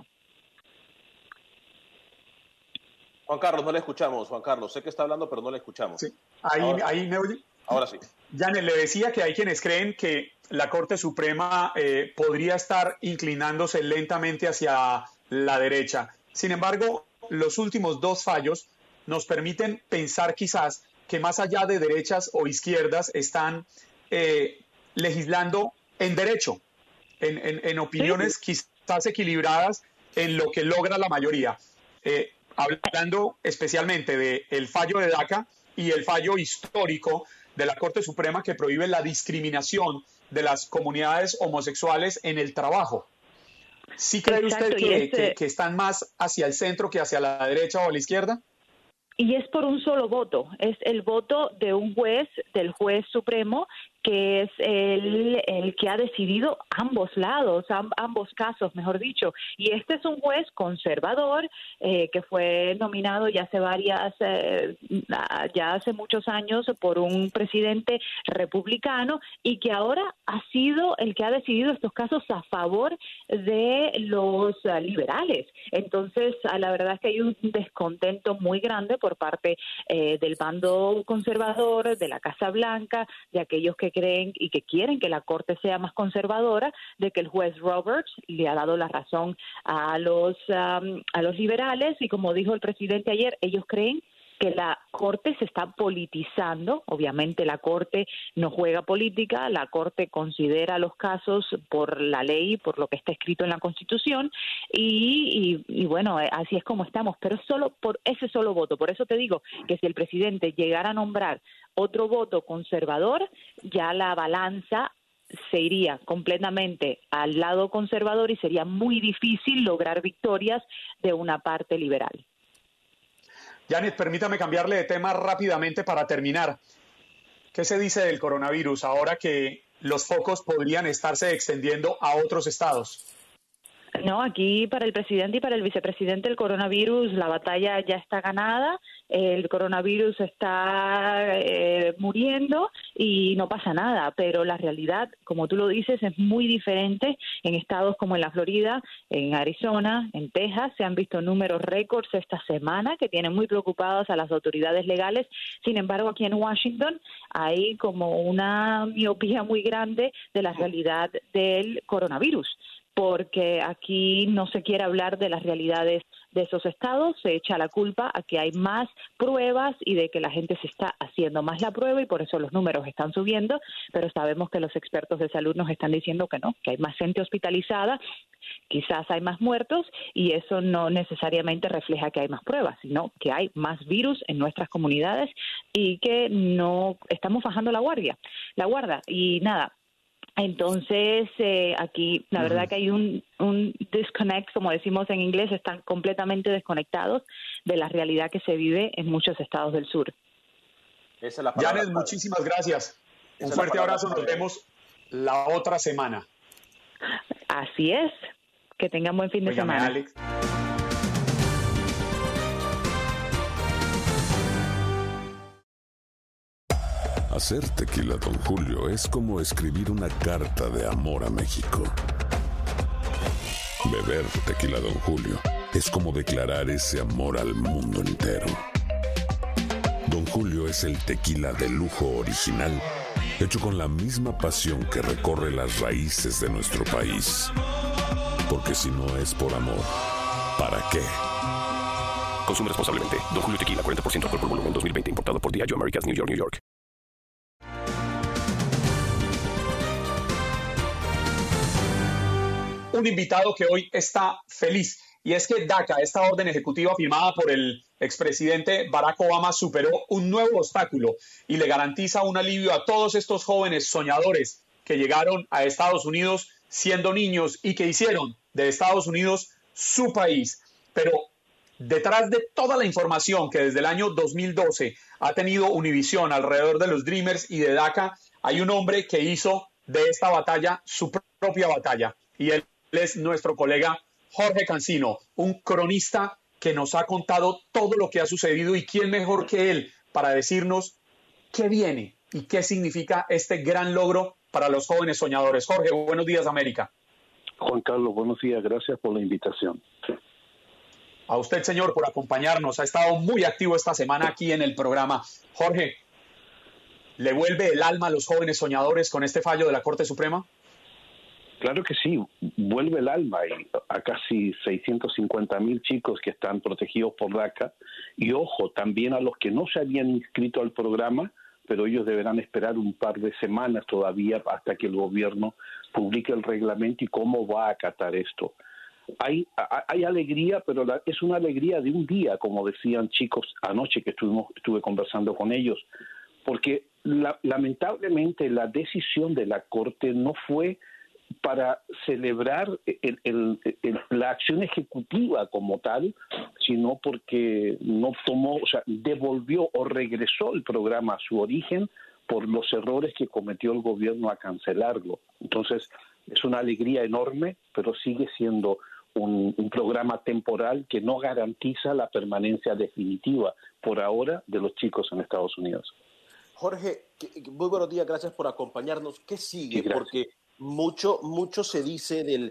Juan Carlos, no le escuchamos. Juan Carlos, sé que está hablando, pero no le escuchamos. Sí. Ahí me oye. Ahora sí. Janet, le decía que hay quienes creen que la Corte Suprema podría estar inclinándose lentamente hacia la derecha. Sin embargo, los últimos 2 fallos nos permiten pensar quizás que más allá de derechas o izquierdas están legislando en derecho, en opiniones quizás equilibradas en lo que logra la mayoría. Hablando especialmente del fallo de DACA y el fallo histórico de la Corte Suprema que prohíbe la discriminación de las comunidades homosexuales en el trabajo. ¿Sí cree usted que están más hacia el centro que hacia la derecha o a la izquierda? Y es por un solo voto, es el voto de un juez, del juez supremo, que es el que ha decidido ambos lados, ambos casos, mejor dicho. Y este es un juez conservador que fue nominado ya hace muchos años por un presidente republicano y que ahora ha sido el que ha decidido estos casos a favor de los liberales. Entonces, la verdad es que hay un descontento muy grande por parte del bando conservador, de la Casa Blanca, de aquellos que creen y que quieren que la Corte sea más conservadora, de que el juez Roberts le ha dado la razón a los liberales y, como dijo el presidente ayer, ellos creen que la Corte se está politizando. Obviamente la Corte no juega política, la Corte considera los casos por la ley, por lo que está escrito en la Constitución y bueno, así es como estamos, pero solo por ese solo voto. Por eso te digo que si el presidente llegara a nombrar otro voto conservador, ya la balanza se iría completamente al lado conservador y sería muy difícil lograr victorias de una parte liberal. Janet, permítame cambiarle de tema rápidamente para terminar. ¿Qué se dice del coronavirus ahora que los focos podrían estarse extendiendo a otros estados? No, aquí para el presidente y para el vicepresidente el coronavirus, la batalla ya está ganada, el coronavirus está muriendo y no pasa nada, pero la realidad, como tú lo dices, es muy diferente en estados como en la Florida, en Arizona, en Texas. Se han visto números récords esta semana que tienen muy preocupadas a las autoridades legales. Sin embargo, aquí en Washington hay como una miopía muy grande de la realidad del coronavirus, porque aquí no se quiere hablar de las realidades de esos estados, se echa la culpa a que hay más pruebas y de que la gente se está haciendo más la prueba y por eso los números están subiendo, pero sabemos que los expertos de salud nos están diciendo que no, que hay más gente hospitalizada, quizás hay más muertos y eso no necesariamente refleja que hay más pruebas, sino que hay más virus en nuestras comunidades y que no estamos bajando la guardia y nada. Entonces, aquí la verdad que hay un disconnect, como decimos en inglés, están completamente desconectados de la realidad que se vive en muchos estados del sur. Esa es la Janet, muchísimas gracias. Un fuerte abrazo, nos vemos la otra semana. Así es, que tengan buen fin de semana. Alex. Hacer tequila Don Julio es como escribir una carta de amor a México. Beber tequila Don Julio es como declarar ese amor al mundo entero. Don Julio es el tequila de lujo original, hecho con la misma pasión que recorre las raíces de nuestro país. Porque si no es por amor, ¿para qué? Consume responsablemente. Don Julio Tequila, 40% alcohol por volumen, 2020. Importado por Diageo Americas, New York, New York. Un invitado que hoy está feliz, y es que DACA, esta orden ejecutiva firmada por el expresidente Barack Obama, superó un nuevo obstáculo y le garantiza un alivio a todos estos jóvenes soñadores que llegaron a Estados Unidos siendo niños y que hicieron de Estados Unidos su país. Pero detrás de toda la información que desde el año 2012 ha tenido Univision alrededor de los Dreamers y de DACA, hay un hombre que hizo de esta batalla su propia batalla, y él es nuestro colega Jorge Cancino, un cronista que nos ha contado todo lo que ha sucedido, y quién mejor que él para decirnos qué viene y qué significa este gran logro para los jóvenes soñadores. Jorge, buenos días, América. Juan Carlos, buenos días, gracias por la invitación. A usted, señor, por acompañarnos. Ha estado muy activo esta semana aquí en el programa. Jorge, ¿le vuelve el alma a los jóvenes soñadores con este fallo de la Corte Suprema? Claro que sí, vuelve el alma a casi 650,000 chicos que están protegidos por DACA, y ojo, también a los que no se habían inscrito al programa, pero ellos deberán esperar un par de semanas todavía hasta que el gobierno publique el reglamento y cómo va a acatar esto. Hay alegría, pero es una alegría de un día, como decían chicos anoche que estuve conversando con ellos, porque lamentablemente la decisión de la Corte no fue para celebrar la acción ejecutiva como tal, sino porque no tomó, o sea, devolvió o regresó el programa a su origen por los errores que cometió el gobierno a cancelarlo. Entonces, es una alegría enorme, pero sigue siendo un programa temporal que no garantiza la permanencia definitiva, por ahora, de los chicos en Estados Unidos. Jorge, muy buenos días, gracias por acompañarnos. ¿Qué sigue? Sí, porque mucho se dice del,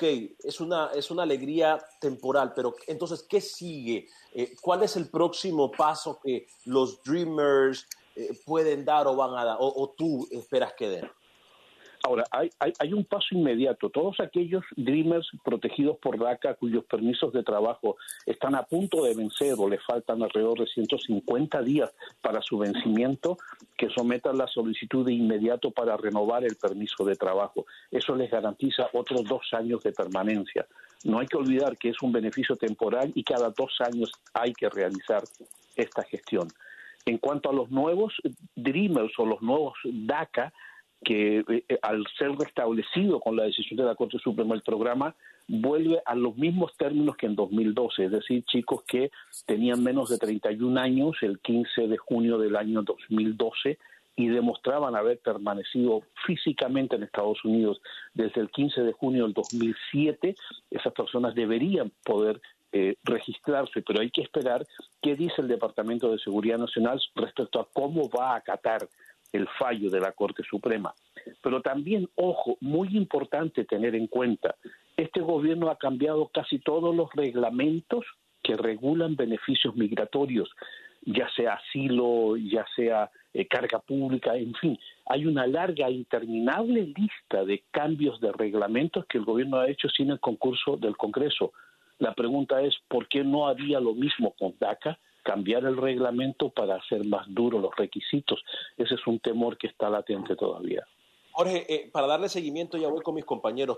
es una alegría temporal, pero entonces, ¿qué sigue? ¿Cuál es el próximo paso que los Dreamers pueden dar o van a dar, o tú esperas que den? Ahora, hay un paso inmediato. Todos aquellos Dreamers protegidos por DACA cuyos permisos de trabajo están a punto de vencer o les faltan alrededor de 150 días para su vencimiento, que sometan la solicitud de inmediato para renovar el permiso de trabajo. Eso les garantiza otros 2 años de permanencia. No hay que olvidar que es un beneficio temporal y cada 2 años hay que realizar esta gestión. En cuanto a los nuevos Dreamers o los nuevos DACA, que al ser restablecido con la decisión de la Corte Suprema el programa, vuelve a los mismos términos que en 2012, es decir, chicos que tenían menos de 31 años el 15 de junio del año 2012 y demostraban haber permanecido físicamente en Estados Unidos desde el 15 de junio del 2007, esas personas deberían poder registrarse, pero hay que esperar qué dice el Departamento de Seguridad Nacional respecto a cómo va a acatar el fallo de la Corte Suprema. Pero también, ojo, muy importante tener en cuenta, este gobierno ha cambiado casi todos los reglamentos que regulan beneficios migratorios, ya sea asilo, ya sea carga pública, en fin. Hay una larga e interminable lista de cambios de reglamentos que el gobierno ha hecho sin el concurso del Congreso. La pregunta es, ¿por qué no haría lo mismo con DACA? Cambiar el reglamento para hacer más duros los requisitos. Ese es un temor que está latente todavía. Jorge, para darle seguimiento, ya voy con mis compañeros,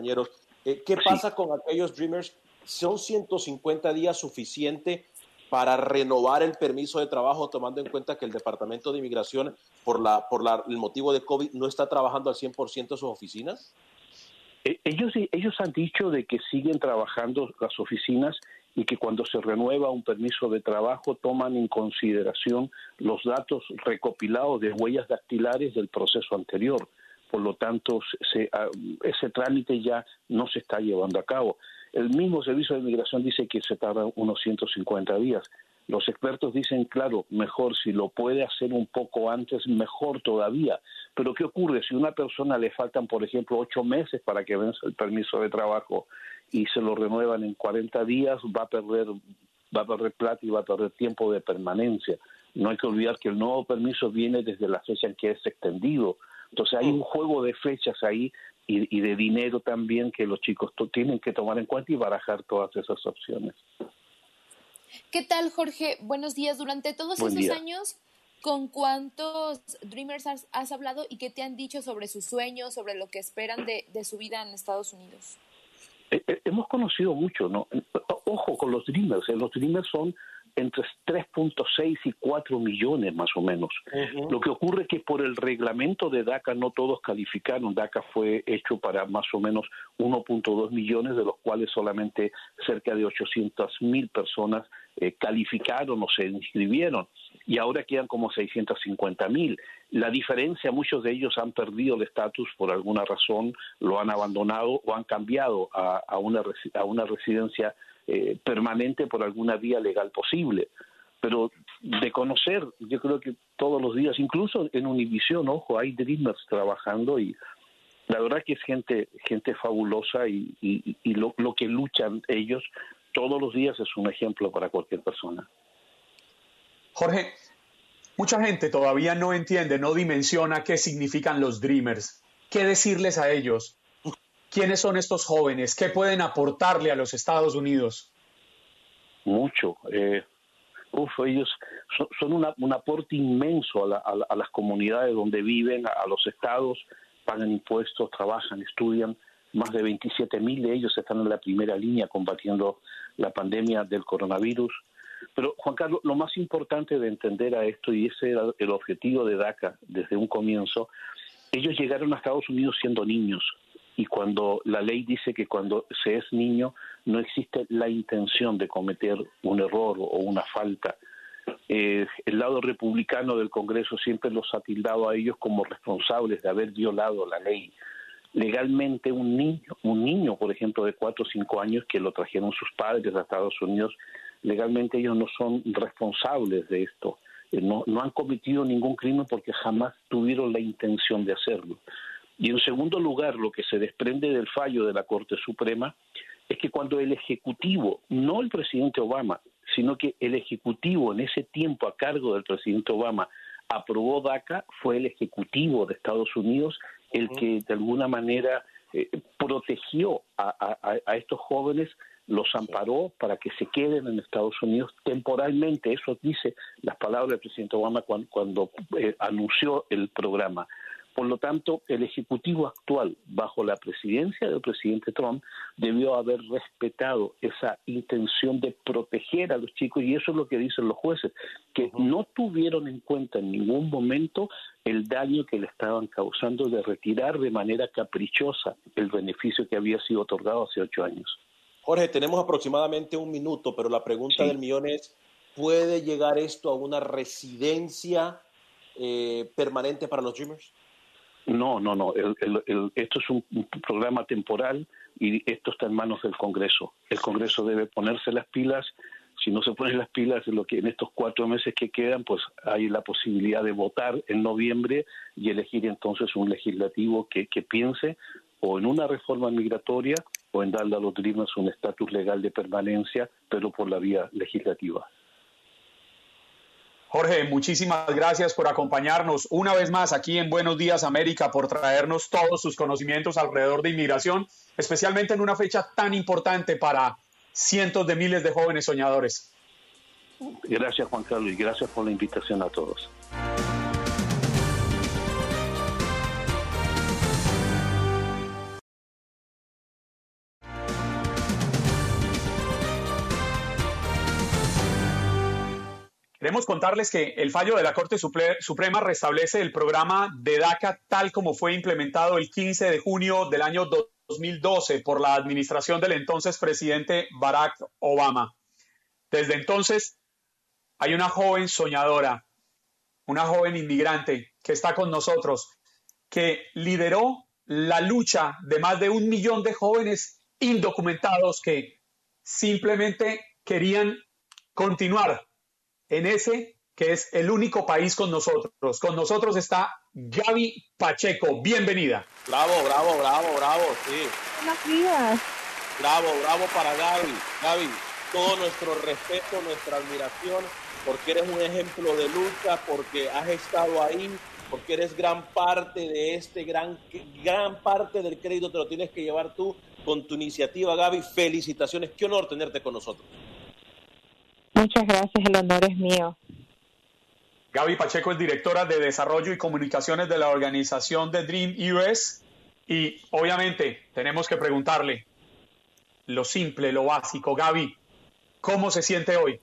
¿qué pasa con aquellos Dreamers? ¿Son 150 días suficiente para renovar el permiso de trabajo, tomando en cuenta que el Departamento de Inmigración, por el motivo de COVID, no está trabajando al 100% sus oficinas? Ellos han dicho de que siguen trabajando las oficinas y que cuando se renueva un permiso de trabajo toman en consideración los datos recopilados de huellas dactilares del proceso anterior. Por lo tanto, ese trámite ya no se está llevando a cabo. El mismo Servicio de Inmigración dice que se tarda unos 150 días. Los expertos dicen, claro, mejor si lo puede hacer un poco antes, mejor todavía. Pero ¿qué ocurre? Si a una persona le faltan, por ejemplo, 8 meses para que venza el permiso de trabajo y se lo renuevan en 40 días, va a perder plata y va a perder tiempo de permanencia. No hay que olvidar que el nuevo permiso viene desde la fecha en que es extendido. Entonces hay un juego de fechas ahí y de dinero también que los chicos tienen que tomar en cuenta y barajar todas esas opciones. ¿Qué tal, Jorge? Buenos días. Durante todos esos años, ¿con cuántos Dreamers has hablado y qué te han dicho sobre sus sueños, sobre lo que esperan de su vida en Estados Unidos? Hemos conocido mucho, ¿no? Ojo con los Dreamers. Los Dreamers son entre 3.6 y 4 millones más o menos. Lo que ocurre es que por el reglamento de DACA no todos calificaron. DACA fue hecho para más o menos 1.2 millones, de los cuales solamente cerca de 800,000 personas calificaron o se inscribieron. Y ahora quedan como 650,000. La diferencia, muchos de ellos han perdido el estatus por alguna razón, lo han abandonado o han cambiado a una residencia permanente por alguna vía legal posible. Pero de conocer, yo creo que todos los días, incluso en Univision, ojo, hay Dreamers trabajando y la verdad que es gente fabulosa y lo que luchan ellos todos los días es un ejemplo para cualquier persona. Jorge, mucha gente todavía no entiende, no dimensiona qué significan los Dreamers. ¿Qué decirles a ellos? ¿Quiénes son estos jóvenes? ¿Qué pueden aportarle a los Estados Unidos? Mucho. Ellos son un aporte inmenso a las comunidades donde viven, a los estados, pagan impuestos, trabajan, estudian. Más de 27,000 de ellos están en la primera línea combatiendo la pandemia del coronavirus. Pero, Juan Carlos, lo más importante de entender a esto, y ese era el objetivo de DACA desde un comienzo, ellos llegaron a Estados Unidos siendo niños. Y cuando la ley dice que cuando se es niño no existe la intención de cometer un error o una falta. El lado republicano del Congreso siempre los ha tildado a ellos como responsables de haber violado la ley. Legalmente un niño, por ejemplo, de 4 o 5 años que lo trajeron sus padres a Estados Unidos, legalmente ellos no son responsables de esto. No han cometido ningún crimen porque jamás tuvieron la intención de hacerlo. Y en segundo lugar, lo que se desprende del fallo de la Corte Suprema es que cuando el Ejecutivo, no el presidente Obama, sino que el Ejecutivo en ese tiempo a cargo del presidente Obama aprobó DACA, fue el Ejecutivo de Estados Unidos el que de alguna manera protegió a estos jóvenes, los amparó para que se queden en Estados Unidos temporalmente. Eso dice las palabras del presidente Obama cuando anunció el programa. Por lo tanto, el Ejecutivo actual, bajo la presidencia del presidente Trump, debió haber respetado esa intención de proteger a los chicos, y eso es lo que dicen los jueces, que no tuvieron en cuenta en ningún momento el daño que le estaban causando de retirar de manera caprichosa el beneficio que había sido otorgado hace 8 años. Jorge, tenemos aproximadamente 1 minuto, pero la pregunta del millón es, ¿puede llegar esto a una residencia permanente para los Dreamers? No. Esto es un programa temporal y esto está en manos del Congreso. El Congreso debe ponerse las pilas. Si no se ponen las pilas en estos 4 meses que quedan, pues hay la posibilidad de votar en noviembre y elegir entonces un legislativo que piense o en una reforma migratoria o en darle a los Dreamers un estatus legal de permanencia, pero por la vía legislativa. Jorge, muchísimas gracias por acompañarnos una vez más aquí en Buenos Días América, por traernos todos sus conocimientos alrededor de inmigración, especialmente en una fecha tan importante para cientos de miles de jóvenes soñadores. Gracias, Juan Carlos, y gracias por la invitación a todos. Queremos contarles que el fallo de la Corte Suprema restablece el programa de DACA tal como fue implementado el 15 de junio del año 2012 por la administración del entonces presidente Barack Obama. Desde entonces hay una joven soñadora, una joven inmigrante que está con nosotros, que lideró la lucha de más de 1 millón de jóvenes indocumentados que simplemente querían continuar en ese que es el único país con nosotros. Con nosotros está Gaby Pacheco. Bienvenida. Bravo, sí. Buenos días. Bravo, bravo para Gaby. Gaby, todo nuestro respeto, nuestra admiración, porque eres un ejemplo de lucha, porque has estado ahí, porque eres gran parte de gran parte del crédito te lo tienes que llevar tú con tu iniciativa, Gaby. Felicitaciones, qué honor tenerte con nosotros. Muchas gracias, el honor es mío. Gaby Pacheco es directora de Desarrollo y Comunicaciones de la organización de Dream US y obviamente tenemos que preguntarle lo simple, lo básico. Gaby, ¿cómo se siente hoy?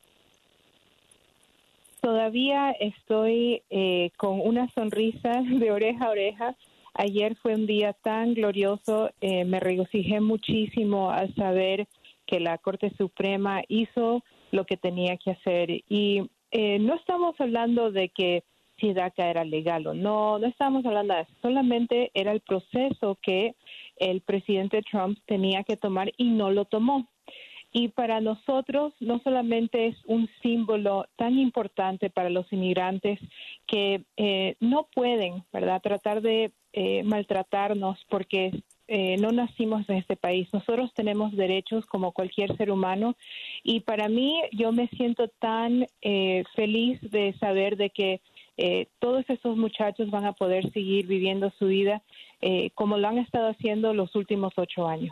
Todavía estoy con una sonrisa de oreja a oreja. Ayer fue un día tan glorioso, me regocijé muchísimo al saber que la Corte Suprema hizo lo que tenía que hacer. Y no estamos hablando de que si DACA era legal o no, no estamos hablando de eso, solamente era el proceso que el presidente Trump tenía que tomar y no lo tomó. Y para nosotros no solamente es un símbolo tan importante para los inmigrantes que no pueden, ¿verdad?, tratar de maltratarnos porque no nacimos en este país. Nosotros tenemos derechos como cualquier ser humano y para mí yo me siento tan feliz de saber de que todos esos muchachos van a poder seguir viviendo su vida como lo han estado haciendo los últimos 8 años.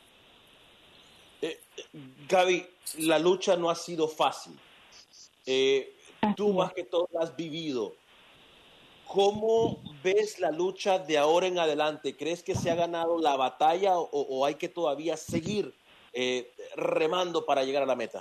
Gaby, la lucha no ha sido fácil. Tú más que todo la has vivido. ¿Cómo ves la lucha de ahora en adelante? ¿Crees que se ha ganado la batalla o hay que todavía seguir remando para llegar a la meta?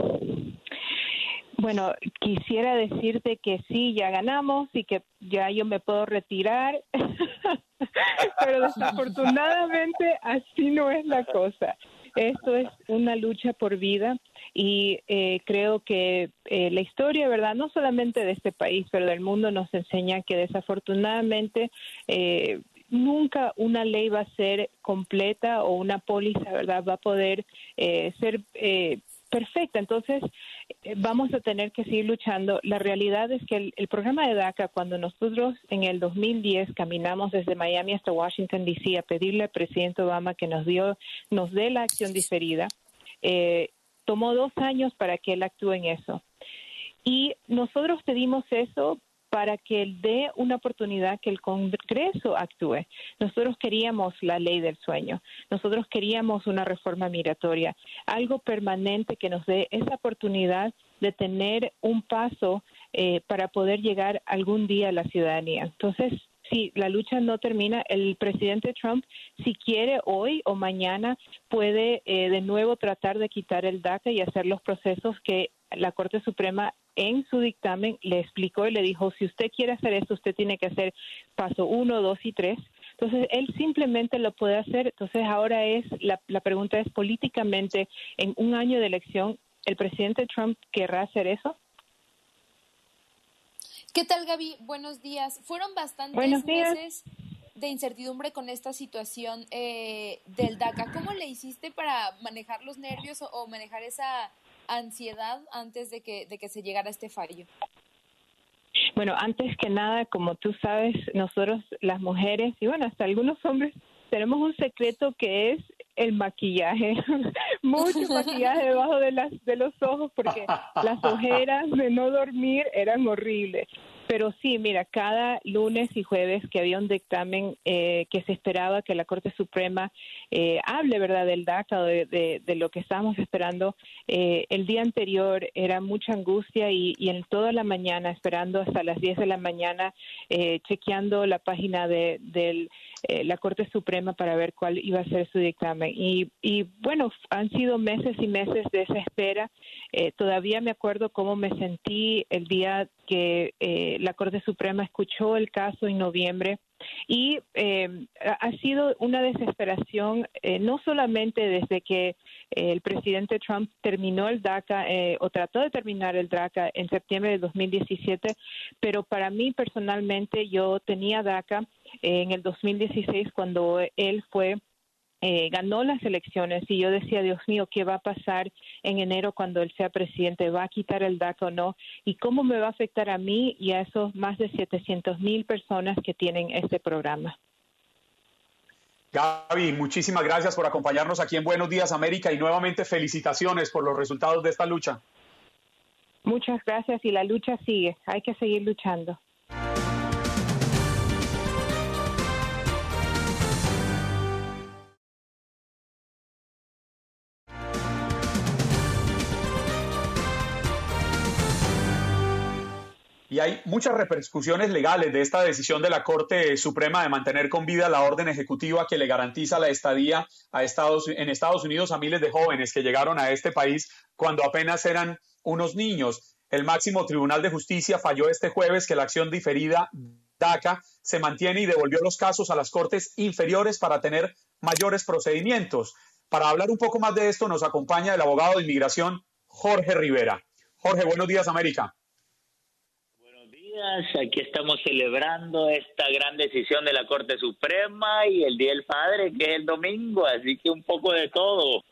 Bueno, quisiera decirte que sí, ya ganamos y que ya yo me puedo retirar, pero desafortunadamente así no es la cosa. Esto es una lucha por vida y creo que la historia, ¿verdad?, no solamente de este país, pero del mundo nos enseña que desafortunadamente nunca una ley va a ser completa o una póliza, ¿verdad?, va a poder ser perfecta. Entonces, vamos a tener que seguir luchando. La realidad es que el programa de DACA, cuando nosotros en el 2010 caminamos desde Miami hasta Washington, D.C. a pedirle al presidente Obama que nos dé la acción diferida, tomó 2 años para que él actúe en eso. Y nosotros pedimos eso para que él dé una oportunidad que el Congreso actúe. Nosotros queríamos la ley del sueño, nosotros queríamos una reforma migratoria, algo permanente que nos dé esa oportunidad de tener un paso para poder llegar algún día a la ciudadanía. Entonces, si la lucha no termina, el presidente Trump, si quiere hoy o mañana, puede de nuevo tratar de quitar el DACA y hacer los procesos que la Corte Suprema en su dictamen le explicó y le dijo, si usted quiere hacer esto, usted tiene que hacer paso 1, 2 y 3. Entonces, él simplemente lo puede hacer. Entonces, ahora la pregunta es, políticamente, en un año de elección, ¿el presidente Trump querrá hacer eso? ¿Qué tal, Gaby? Buenos días. Fueron bastantes meses de incertidumbre con esta situación del DACA. ¿Cómo le hiciste para manejar los nervios o manejar esa ansiedad antes de que se llegara a este fallo? Bueno, antes que nada, como tú sabes, nosotros las mujeres y bueno, hasta algunos hombres tenemos un secreto que es el maquillaje. Mucho maquillaje debajo de los ojos porque las ojeras de no dormir eran horribles. Pero sí, mira, cada lunes y jueves que había un dictamen que se esperaba que la Corte Suprema hable, ¿verdad?, del DACA o de lo que estábamos esperando, el día anterior era mucha angustia y en toda la mañana, esperando hasta las 10 de la mañana, chequeando la página de la Corte Suprema para ver cuál iba a ser su dictamen. Y bueno, han sido meses y meses de esa espera. Todavía me acuerdo cómo me sentí el día que la Corte Suprema escuchó el caso en noviembre y ha sido una desesperación, no solamente desde que el presidente Trump terminó el DACA o trató de terminar el DACA en septiembre de 2017, pero para mí personalmente yo tenía DACA en el 2016 cuando él ganó las elecciones y yo decía, Dios mío, ¿qué va a pasar en enero cuando él sea presidente? ¿Va a quitar el DACA o no? ¿Y cómo me va a afectar a mí y a esos más de 700,000 personas que tienen este programa? Gaby, muchísimas gracias por acompañarnos aquí en Buenos Días América y nuevamente felicitaciones por los resultados de esta lucha. Muchas gracias y la lucha sigue. Hay que seguir luchando. Y hay muchas repercusiones legales de esta decisión de la Corte Suprema de mantener con vida la orden ejecutiva que le garantiza la estadía en Estados Unidos a miles de jóvenes que llegaron a este país cuando apenas eran unos niños. El máximo Tribunal de Justicia falló este jueves que la acción diferida DACA se mantiene y devolvió los casos a las cortes inferiores para tener mayores procedimientos. Para hablar un poco más de esto nos acompaña el abogado de inmigración Jorge Rivera. Jorge, buenos días, América. Aquí estamos celebrando esta gran decisión de la Corte Suprema y el Día del Padre, que es el domingo, así que un poco de todo.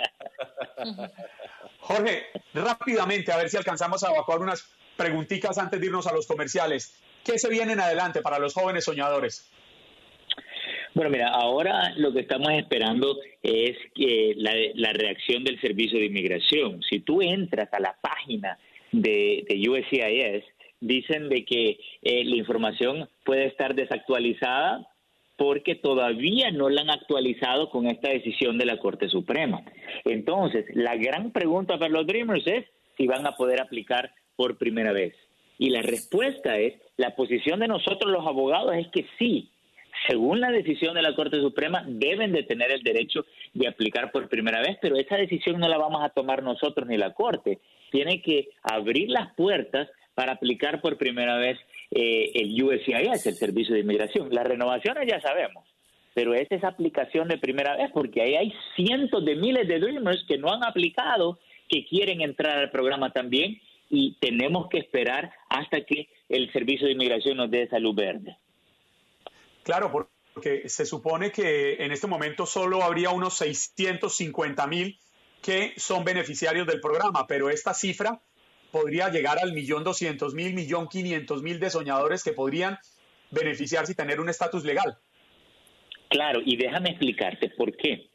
Jorge, rápidamente, a ver si alcanzamos a evacuar unas preguntitas antes de irnos a los comerciales. ¿Qué se viene en adelante para los jóvenes soñadores? Bueno, mira, ahora lo que estamos esperando es que la reacción del Servicio de Inmigración. Si tú entras a la página de USCIS, dicen de que la información puede estar desactualizada porque todavía no la han actualizado con esta decisión de la Corte Suprema. Entonces, la gran pregunta para los Dreamers es si van a poder aplicar por primera vez. Y la respuesta es, la posición de nosotros los abogados es que sí, según la decisión de la Corte Suprema, deben de tener el derecho de aplicar por primera vez, pero esa decisión no la vamos a tomar nosotros ni la Corte. Tiene que abrir las puertas para aplicar por primera vez el USCIS, el Servicio de Inmigración. Las renovaciones ya sabemos, pero es esa aplicación de primera vez, porque ahí hay cientos de miles de Dreamers que no han aplicado, que quieren entrar al programa también, y tenemos que esperar hasta que el Servicio de Inmigración nos dé esa luz verde. Claro, porque se supone que en este momento solo habría unos 650,000 que son beneficiarios del programa, pero esta cifra podría llegar al 1.200.000, 1.500.000 de soñadores que podrían beneficiarse y tener un estatus legal. Claro, y déjame explicarte por qué.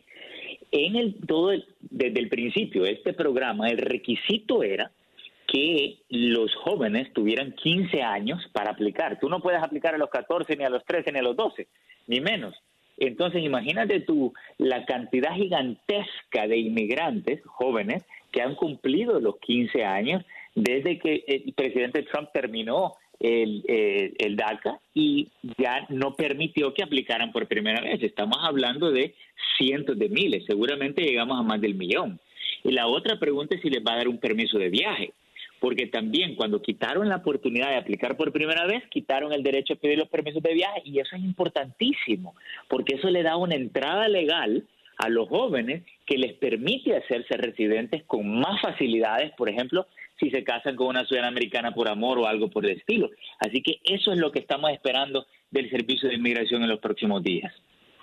Desde el principio, este programa, el requisito era que los jóvenes tuvieran 15 años para aplicar. Tú no puedes aplicar a los 14, ni a los 13, ni a los 12, ni menos. Entonces, imagínate tú la cantidad gigantesca de inmigrantes jóvenes que han cumplido los 15 años desde que el presidente Trump terminó el DACA y ya no permitió que aplicaran por primera vez. Estamos hablando de cientos de miles, seguramente llegamos a más del 1,000,000. Y la otra pregunta es si les va a dar un permiso de viaje, porque también cuando quitaron la oportunidad de aplicar por primera vez, quitaron el derecho a pedir los permisos de viaje, y eso es importantísimo, porque eso le da una entrada legal a los jóvenes que les permite hacerse residentes con más facilidades, por ejemplo, si se casan con una ciudadana americana por amor o algo por el estilo. Así que eso es lo que estamos esperando del Servicio de Inmigración en los próximos días.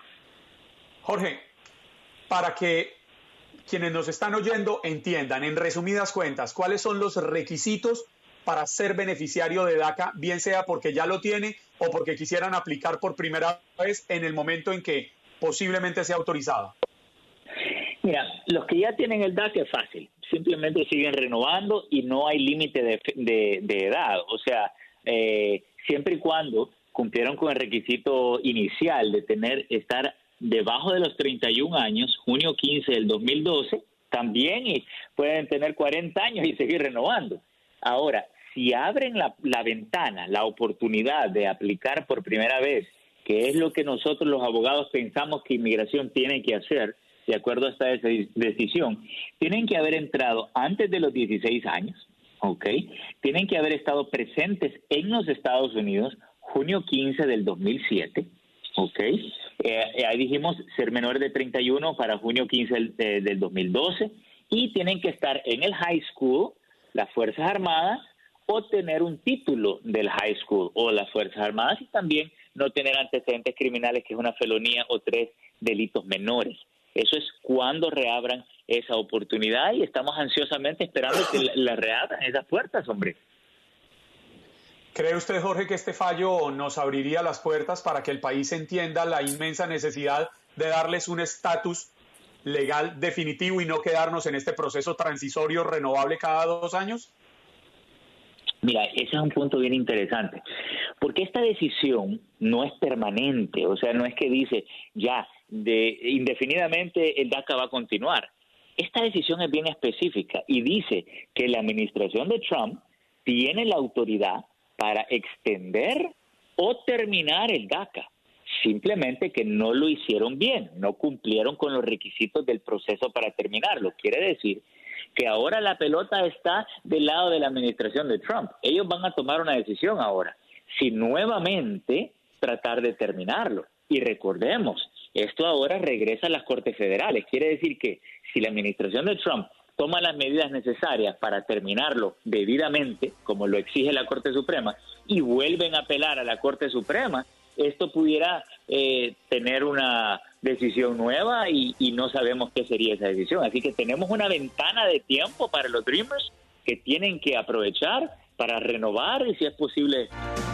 Jorge, para que quienes nos están oyendo entiendan, en resumidas cuentas, ¿cuáles son los requisitos para ser beneficiario de DACA, bien sea porque ya lo tiene o porque quisieran aplicar por primera vez en el momento en que posiblemente sea autorizado? Mira, los que ya tienen el DACA es fácil, simplemente siguen renovando y no hay límite de edad. O sea, siempre y cuando cumplieron con el requisito inicial de estar debajo de los 31 años, junio 15 del 2012, también y pueden tener 40 años y seguir renovando. Ahora, si abren la ventana, la oportunidad de aplicar por primera vez, que es lo que nosotros los abogados pensamos que inmigración tiene que hacer, de acuerdo a esta decisión, tienen que haber entrado antes de los 16 años, ¿ok? Tienen que haber estado presentes en los Estados Unidos junio 15 del 2007, ¿ok? Ahí dijimos ser menores de 31 para junio 15 del 2012, y tienen que estar en el high school, las Fuerzas Armadas, o tener un título del high school o las Fuerzas Armadas, y también no tener antecedentes criminales, que es una felonía o 3 delitos menores. Eso es cuando reabran esa oportunidad, y estamos ansiosamente esperando que la reabran esas puertas, hombre. ¿Cree usted, Jorge, que este fallo nos abriría las puertas para que el país entienda la inmensa necesidad de darles un estatus legal definitivo y no quedarnos en este proceso transisorio renovable cada 2 años? Mira, ese es un punto bien interesante, porque esta decisión no es permanente, o sea, no es que dice ya indefinidamente el DACA va a continuar. Esta decisión es bien específica y dice que la administración de Trump tiene la autoridad para extender o terminar el DACA. Simplemente que no lo hicieron bien, no cumplieron con los requisitos del proceso para terminarlo. Quiere decir que ahora la pelota está del lado de la administración de Trump. Ellos van a tomar una decisión ahora, si nuevamente tratar de terminarlo. Y recordemos, esto ahora regresa a las Cortes Federales. Quiere decir que si la administración de Trump toma las medidas necesarias para terminarlo debidamente, como lo exige la Corte Suprema, y vuelven a apelar a la Corte Suprema, esto pudiera tener una decisión nueva y no sabemos qué sería esa decisión. Así que tenemos una ventana de tiempo para los Dreamers que tienen que aprovechar para renovar y, si es posible,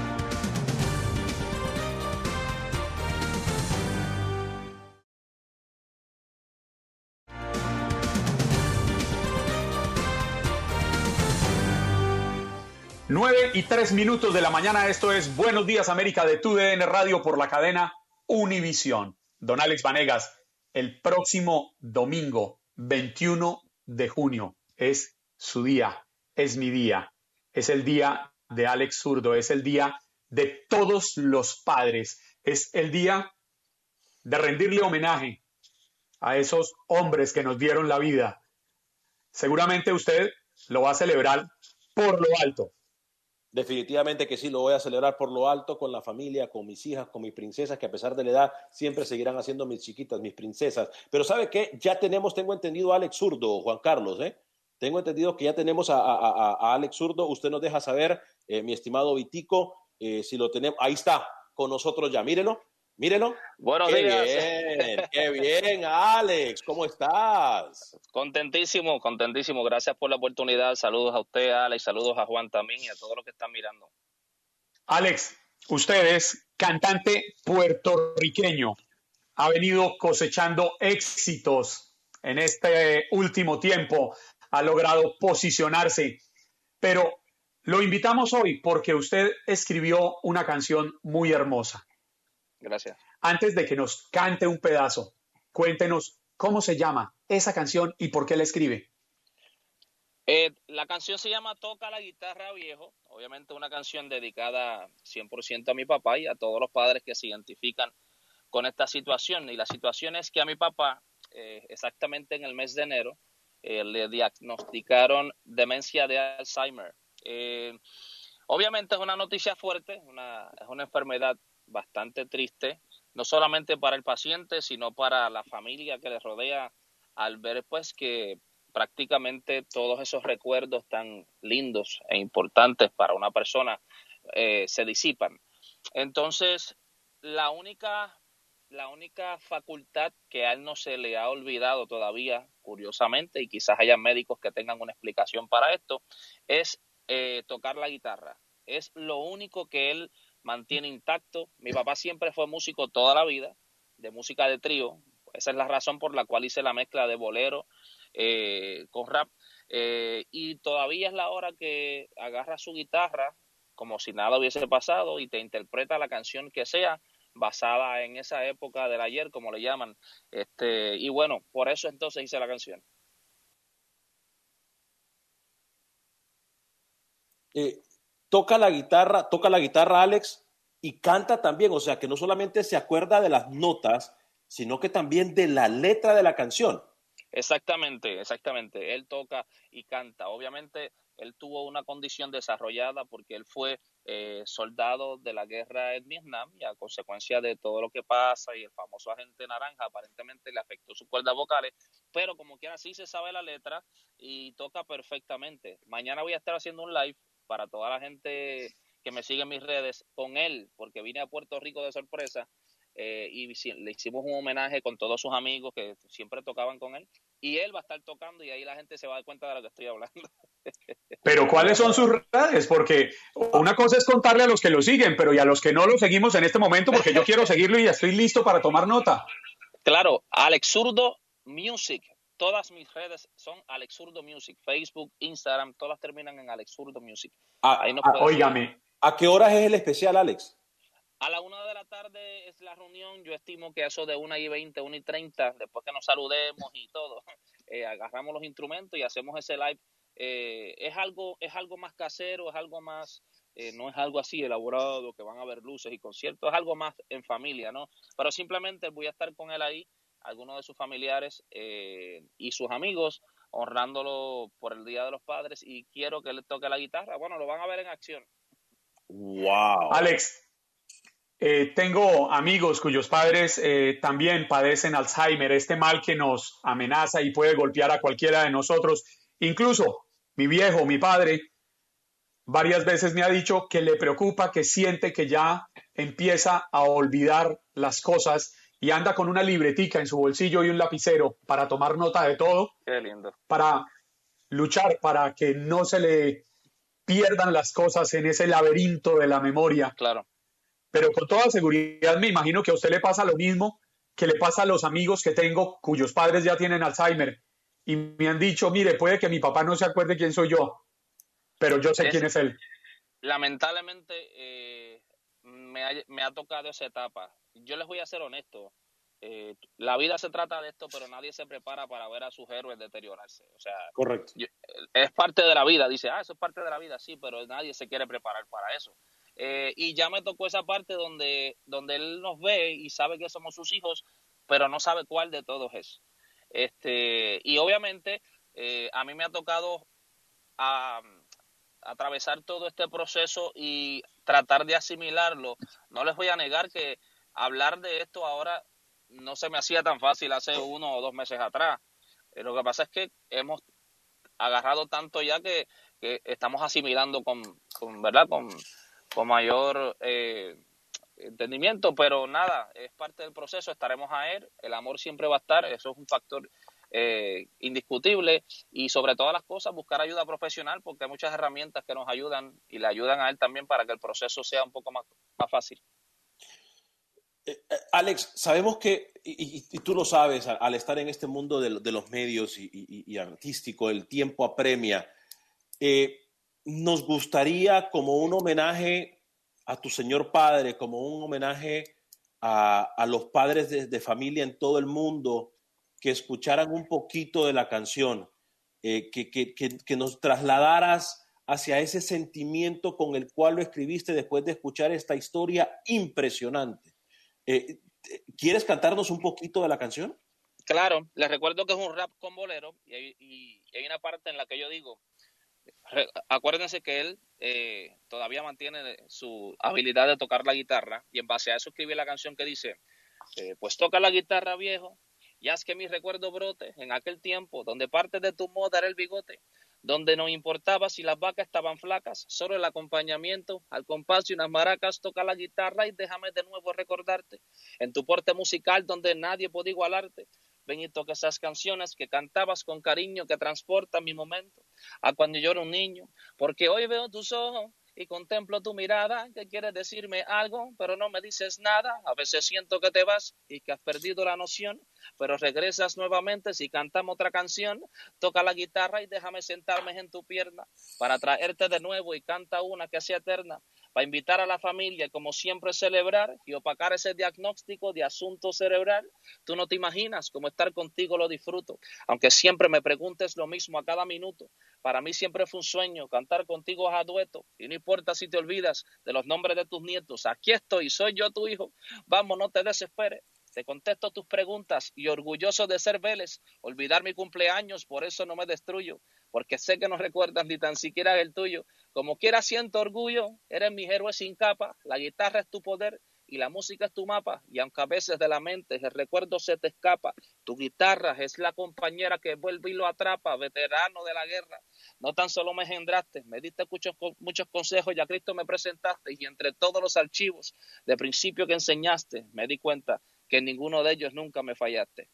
Nueve y 3 minutos de la mañana. Esto es Buenos Días América de TUDN Radio por la cadena Univisión. Don Alex Vanegas, el próximo domingo 21 de junio es su día, es mi día, es el día de Alex Zurdo, es el día de todos los padres, es el día de rendirle homenaje a esos hombres que nos dieron la vida. Seguramente usted lo va a celebrar por lo alto. Definitivamente que sí, lo voy a celebrar por lo alto con la familia, con mis hijas, con mis princesas, que a pesar de la edad siempre seguirán haciendo mis chiquitas, mis princesas. Pero ¿sabe qué? Ya tenemos, tengo entendido a Alex Zurdo, Juan Carlos, Tengo entendido que ya tenemos a Alex Zurdo. Usted nos deja saber, mi estimado Vitico, si lo tenemos. Ahí está, con nosotros ya. Mírelo. Buenos días. Qué bien, Alex. ¿Cómo estás? Contentísimo. Gracias por la oportunidad. Saludos a usted, Alex. Saludos a Juan también y a todos los que están mirando. Alex, usted es cantante puertorriqueño. Ha venido cosechando éxitos en este último tiempo. Ha logrado posicionarse. Pero lo invitamos hoy porque usted escribió una canción muy hermosa. Gracias. Antes de que nos cante un pedazo, cuéntenos cómo se llama esa canción y por qué la escribe. La canción se llama Toca la guitarra, viejo. Obviamente una canción dedicada 100% a mi papá y a todos los padres que se identifican con esta situación. Y la situación es que a mi papá, exactamente en el mes de enero, le diagnosticaron demencia de Alzheimer. Obviamente es una noticia fuerte, es una enfermedad bastante triste, no solamente para el paciente, sino para la familia que le rodea, al ver pues que prácticamente todos esos recuerdos tan lindos e importantes para una persona se disipan. Entonces, la única facultad que a él no se le ha olvidado todavía, curiosamente, y quizás haya médicos que tengan una explicación para esto, es tocar la guitarra. Es lo único que él mantiene intacto. Mi papá siempre fue músico toda la vida, de música de trío. Esa es la razón por la cual hice la mezcla de bolero con rap. Y todavía es la hora que agarra su guitarra como si nada hubiese pasado y te interpreta la canción que sea, basada en esa época del ayer, como le llaman. Y bueno, por eso entonces hice la canción. Toca la guitarra, Alex, y canta también, o sea, que no solamente se acuerda de las notas, sino que también de la letra de la canción. Exactamente. Él toca y canta. Obviamente, él tuvo una condición desarrollada porque él fue soldado de la guerra en Vietnam y a consecuencia de todo lo que pasa y el famoso agente naranja aparentemente le afectó sus cuerdas vocales, pero como quiera sí se sabe la letra y toca perfectamente. Mañana voy a estar haciendo un live para toda la gente que me sigue en mis redes con él, porque vine a Puerto Rico de sorpresa y le hicimos un homenaje con todos sus amigos que siempre tocaban con él, y él va a estar tocando y ahí la gente se va a dar cuenta de lo que estoy hablando. Pero ¿cuáles son sus redes? Porque una cosa es contarle a los que lo siguen, pero y a los que no lo seguimos en este momento, porque yo quiero seguirlo y ya estoy listo para tomar nota. Claro, Alex Zurdo Music. Todas mis redes son Alex Zurdo Music. Facebook, Instagram, todas terminan en Alex Zurdo Music. Ahí nos óigame. ¿A qué horas es el especial, Alex? A la 1 de la tarde es la reunión. Yo estimo que eso de 1:20, 1:30, después que nos saludemos y todo, agarramos los instrumentos y hacemos ese live. Es algo más casero, es algo más, no es algo así elaborado, que van a haber luces y conciertos, es algo más en familia, ¿no? Pero simplemente voy a estar con él ahí, algunos de sus familiares y sus amigos, honrándolo por el Día de los Padres, y quiero que le toque la guitarra. Bueno, lo van a ver en acción. ¡Wow! Alex, tengo amigos cuyos padres también padecen Alzheimer, este mal que nos amenaza y puede golpear a cualquiera de nosotros. Incluso mi viejo, mi padre, varias veces me ha dicho que le preocupa, que siente que ya empieza a olvidar las cosas y anda con una libretica en su bolsillo y un lapicero para tomar nota de todo. Qué lindo. Para luchar para que no se le pierdan las cosas en ese laberinto de la memoria. Claro. Pero con toda seguridad me imagino que a usted le pasa lo mismo que le pasa a los amigos que tengo cuyos padres ya tienen Alzheimer y me han dicho, mire, puede que mi papá no se acuerde quién soy yo, pero yo sé quién es él. Lamentablemente me ha tocado esa etapa. Yo les voy a ser honesto. La vida se trata de esto, pero nadie se prepara para ver a sus héroes deteriorarse. O sea, correcto. Es parte de la vida. Dice, eso es parte de la vida, sí, pero nadie se quiere preparar para eso. Y ya me tocó esa parte donde él nos ve y sabe que somos sus hijos, pero no sabe cuál de todos es. Y obviamente a mí me ha tocado atravesar todo este proceso y tratar de asimilarlo. No les voy a negar que hablar de esto ahora no se me hacía tan fácil hace 1 o 2 meses atrás. Lo que pasa es que hemos agarrado tanto ya que estamos asimilando con mayor entendimiento, pero nada, es parte del proceso, estaremos a él, el amor siempre va a estar, eso es un factor indiscutible, y sobre todas las cosas buscar ayuda profesional, porque hay muchas herramientas que nos ayudan y le ayudan a él también para que el proceso sea un poco más fácil. Alex, sabemos que, y tú lo sabes, al estar en este mundo de los medios y artístico, el tiempo apremia. Nos gustaría, como un homenaje a tu señor padre, como un homenaje a los padres de familia en todo el mundo, que escucharan un poquito de la canción, que nos trasladaras hacia ese sentimiento con el cual lo escribiste después de escuchar esta historia impresionante. ¿Quieres cantarnos un poquito de la canción? Claro, les recuerdo que es un rap con bolero y hay una parte en la que yo digo, acuérdense que él todavía mantiene su habilidad de tocar la guitarra, y en base a eso escribí la canción que dice, pues toca la guitarra, viejo, y haz que mi recuerdo brote en aquel tiempo donde parte de tu moda era el bigote, donde no importaba si las vacas estaban flacas, solo el acompañamiento al compás y unas maracas. Toca la guitarra y déjame de nuevo recordarte en tu porte musical donde nadie puede igualarte. Ven y toca esas canciones que cantabas con cariño, que transportan mi momento a cuando yo era un niño, porque hoy veo tus ojos y contemplo tu mirada, que quieres decirme algo, pero no me dices nada. A veces siento que te vas y que has perdido la noción, pero regresas nuevamente si cantamos otra canción. Toca la guitarra y déjame sentarme en tu pierna para traerte de nuevo y canta una que sea eterna, para invitar a la familia, como siempre, celebrar y opacar ese diagnóstico de asunto cerebral. Tú no te imaginas cómo estar contigo lo disfruto, aunque siempre me preguntes lo mismo a cada minuto. Para mí siempre fue un sueño cantar contigo a dueto, y no importa si te olvidas de los nombres de tus nietos. Aquí estoy, soy yo tu hijo, vamos, no te desesperes. Te contesto tus preguntas y orgulloso de ser Vélez, olvidar mi cumpleaños, por eso no me destruyo, porque sé que no recuerdas ni tan siquiera el tuyo. Como quiera siento orgullo, eres mi héroe sin capa, la guitarra es tu poder y la música es tu mapa, y aunque a veces de la mente el recuerdo se te escapa, tu guitarra es la compañera que vuelve y lo atrapa, veterano de la guerra. No tan solo me engendraste, me diste muchos consejos y a Cristo me presentaste, y entre todos los archivos de principio que enseñaste, me di cuenta que en ninguno de ellos nunca me fallaste.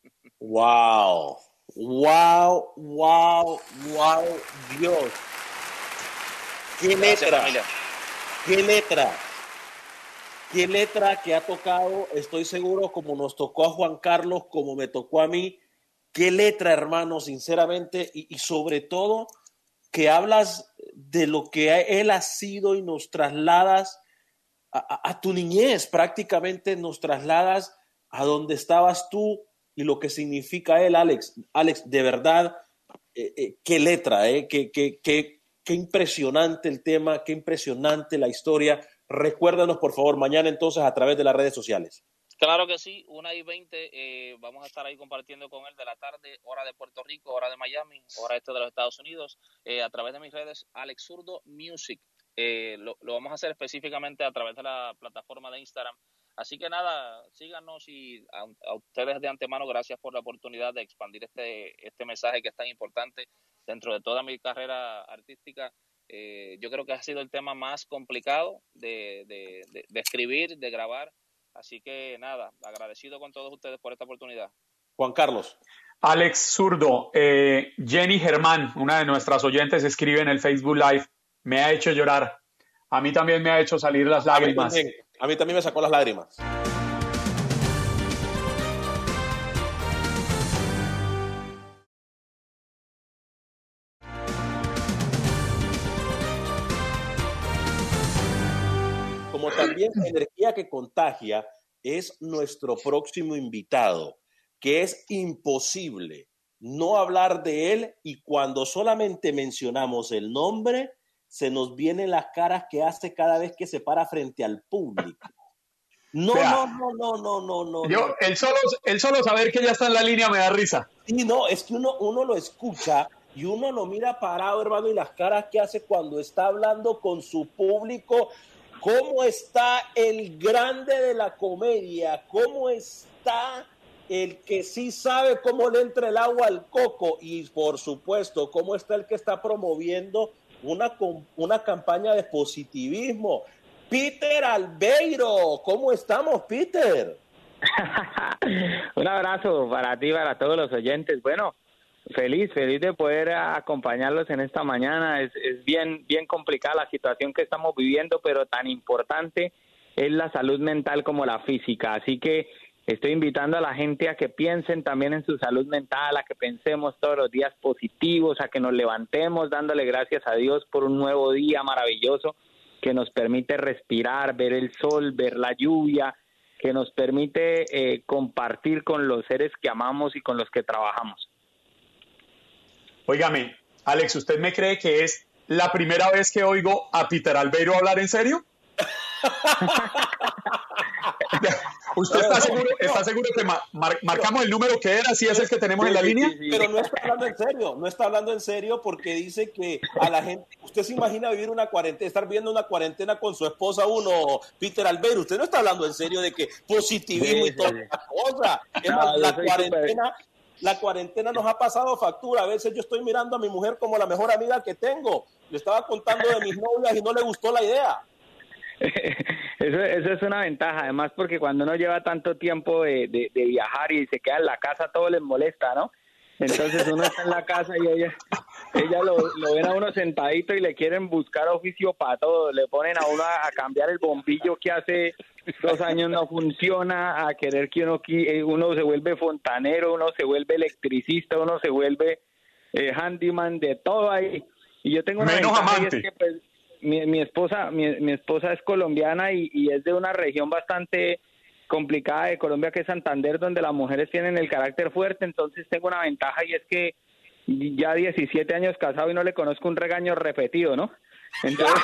¡Wow! ¡Wow! ¡Wow! ¡Wow! Dios. ¡Qué letra! Gracias, ¡Qué letra! qué letra que ha tocado, estoy seguro, como nos tocó a Juan Carlos, como me tocó a mí. Qué letra, hermano, sinceramente, y sobre todo que hablas de lo que él ha sido y nos trasladas a tu niñez, prácticamente nos trasladas a donde estabas tú y lo que significa él, Alex. Alex, de verdad, qué letra, qué impresionante el tema, qué impresionante la historia. Recuérdanos, por favor, mañana entonces a través de las redes sociales. Claro que sí, 1:20, vamos a estar ahí compartiendo con él de la tarde, hora de Puerto Rico, hora de Miami, hora este de los Estados Unidos, a través de mis redes, Alex Zurdo Music. Lo vamos a hacer específicamente a través de la plataforma de Instagram. Así que nada, síganos y a ustedes de antemano, gracias por la oportunidad de expandir este mensaje que es tan importante dentro de toda mi carrera artística. Yo creo que ha sido el tema más complicado de escribir, de grabar. Así que nada, agradecido con todos ustedes por esta oportunidad. Juan Carlos. Alex Zurdo, Jenny Germán, una de nuestras oyentes, escribe en el Facebook Live, me ha hecho llorar. A mí también me ha hecho salir las lágrimas. A mí también me sacó las lágrimas. Como también la energía que contagia es nuestro próximo invitado, que es imposible no hablar de él y cuando solamente mencionamos el nombre, se nos vienen las caras que hace cada vez que se para frente al público. No. Yo, el solo saber que ya está en la línea me da risa. Sí, no, es que uno lo escucha y uno lo mira parado, hermano, y las caras que hace cuando está hablando con su público. ¿Cómo está el grande de la comedia? ¿Cómo está el que sí sabe cómo le entra el agua al coco? Y, por supuesto, ¿cómo está el que está promoviendo una campaña de positivismo? Peter Albeiro, ¿cómo estamos, Peter? Un abrazo para ti, para todos los oyentes. Bueno, feliz de poder acompañarlos en esta mañana. Es bien complicada la situación que estamos viviendo, pero tan importante es la salud mental como la física. Así que estoy invitando a la gente a que piensen también en su salud mental, a que pensemos todos los días positivos, a que nos levantemos dándole gracias a Dios por un nuevo día maravilloso que nos permite respirar, ver el sol, ver la lluvia, que nos permite compartir con los seres que amamos y con los que trabajamos. Óigame, Alex, ¿usted me cree que es la primera vez que oigo a Peter Albeiro hablar en serio? ¿Usted está seguro que marcamos el número que era, si es el que tenemos en la línea? Sí. Pero no está hablando en serio porque dice que a la gente, usted se imagina vivir una cuarentena, estar viendo una cuarentena con su esposa Peter Albeiro, usted no está hablando en serio de que positivismo y toda esa cosa. Es más, la cuarentena nos ha pasado factura. A veces yo estoy mirando a mi mujer como la mejor amiga que tengo. Le estaba contando de mis novias y no le gustó la idea. Eso es una ventaja, además porque cuando uno lleva tanto tiempo de viajar y se queda en la casa, todo les molesta, ¿no? Entonces uno está en la casa y ella lo ven a uno sentadito y le quieren buscar oficio para todo, le ponen a uno a cambiar el bombillo que hace 2 años no funciona, a querer que uno se vuelve fontanero, uno se vuelve electricista, uno se vuelve handyman, de todo ahí. Y yo tengo una ventaja, y es que pues mi esposa es colombiana y es de una región bastante complicada de Colombia, que es Santander, donde las mujeres tienen el carácter fuerte. Entonces tengo una ventaja y es que ya 17 años casado y no le conozco un regaño repetido, ¿no? Entonces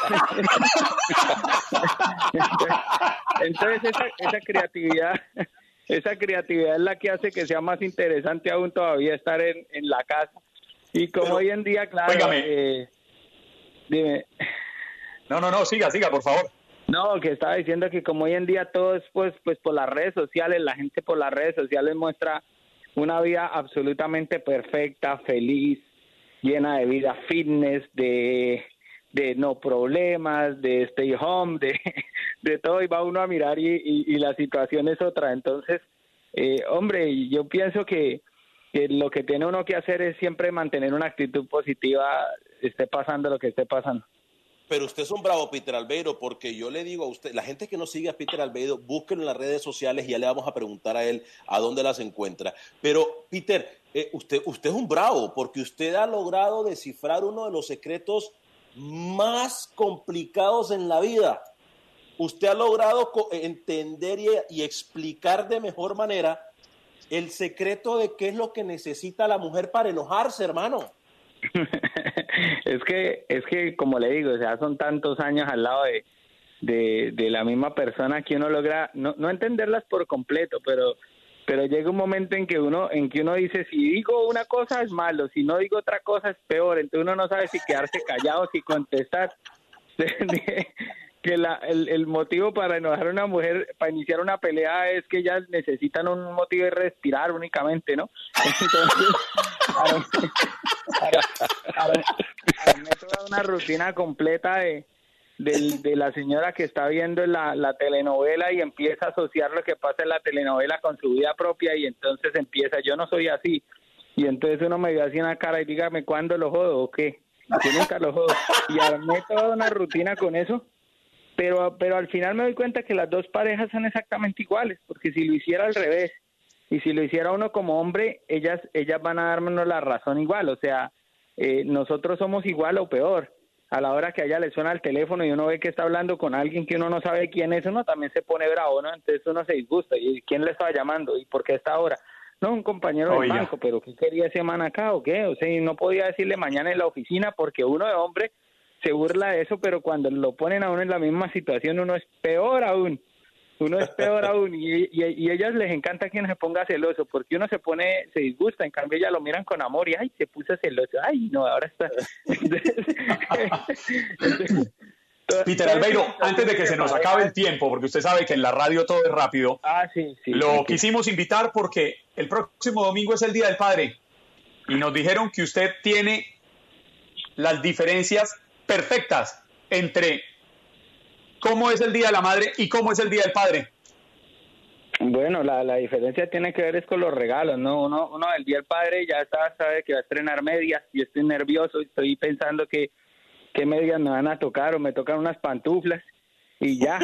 esa creatividad es la que hace que sea más interesante aún todavía estar en la casa. Y como hoy en día, claro, dime. No, siga, por favor. No, que estaba diciendo que como hoy en día todo es pues por las redes sociales, la gente por las redes sociales muestra una vida absolutamente perfecta, feliz, llena de vida fitness, de no problemas, de stay home, de todo, y va uno a mirar y la situación es otra. Entonces, hombre, yo pienso que lo que tiene uno que hacer es siempre mantener una actitud positiva, esté pasando lo que esté pasando. Pero usted es un bravo, Peter Albeiro, porque yo le digo a usted, la gente que no sigue a Peter Albeiro, búsquenlo en las redes sociales y ya le vamos a preguntar a él a dónde las encuentra. Pero, Peter, usted es un bravo, porque usted ha logrado descifrar uno de los secretos más complicados en la vida. Usted ha logrado entender y explicar de mejor manera el secreto de qué es lo que necesita la mujer para enojarse, hermano. Es que como le digo, o sea, son tantos años al lado de la misma persona que uno logra no entenderlas por completo, pero llega un momento en que uno dice, si digo una cosa es malo, si no digo otra cosa es peor, entonces uno no sabe si quedarse callado, si contestar. Que el motivo para enojar a una mujer, para iniciar una pelea, es que ellas necesitan un motivo de respirar únicamente, ¿no? Entonces, me toca una rutina completa de la señora que está viendo la telenovela y empieza a asociar lo que pasa en la telenovela con su vida propia, y entonces empieza, yo no soy así, y entonces uno me ve así en la cara y dígame, ¿cuándo lo jodo o qué? Yo nunca lo jodo, y armé toda una rutina con eso. Pero al final me doy cuenta que las dos parejas son exactamente iguales, porque si lo hiciera al revés, y si lo hiciera uno como hombre, ellas van a darnos la razón igual, o sea, nosotros somos igual o peor. A la hora que a ella le suena el teléfono y uno ve que está hablando con alguien que uno no sabe quién es, uno también se pone bravo, ¿no? Entonces uno se disgusta, ¿y quién le estaba llamando? ¿Y por qué esta hora? No, un compañero del banco, pero ¿qué quería ese man acá o qué? O sea, no podía decirle mañana en la oficina, porque uno de hombre se burla de eso, pero cuando lo ponen a uno en la misma situación, uno es peor aún, y a ellas les encanta que uno se ponga celoso, porque uno se disgusta, en cambio ellas lo miran con amor y ¡ay, se puso celoso! ¡Ay, no, ahora está! Peter Albeiro, antes de que se nos acabe el tiempo, porque usted sabe que en la radio todo es rápido, lo quisimos invitar porque el próximo domingo es el Día del Padre, y nos dijeron que usted tiene las diferencias perfectas entre cómo es el Día de la Madre y cómo es el Día del Padre. Bueno, la diferencia tiene que ver es con los regalos, ¿no? Uno del Día del Padre ya sabe que va a estrenar medias, y estoy nervioso, estoy pensando qué medias me van a tocar, o me tocan unas pantuflas y ya.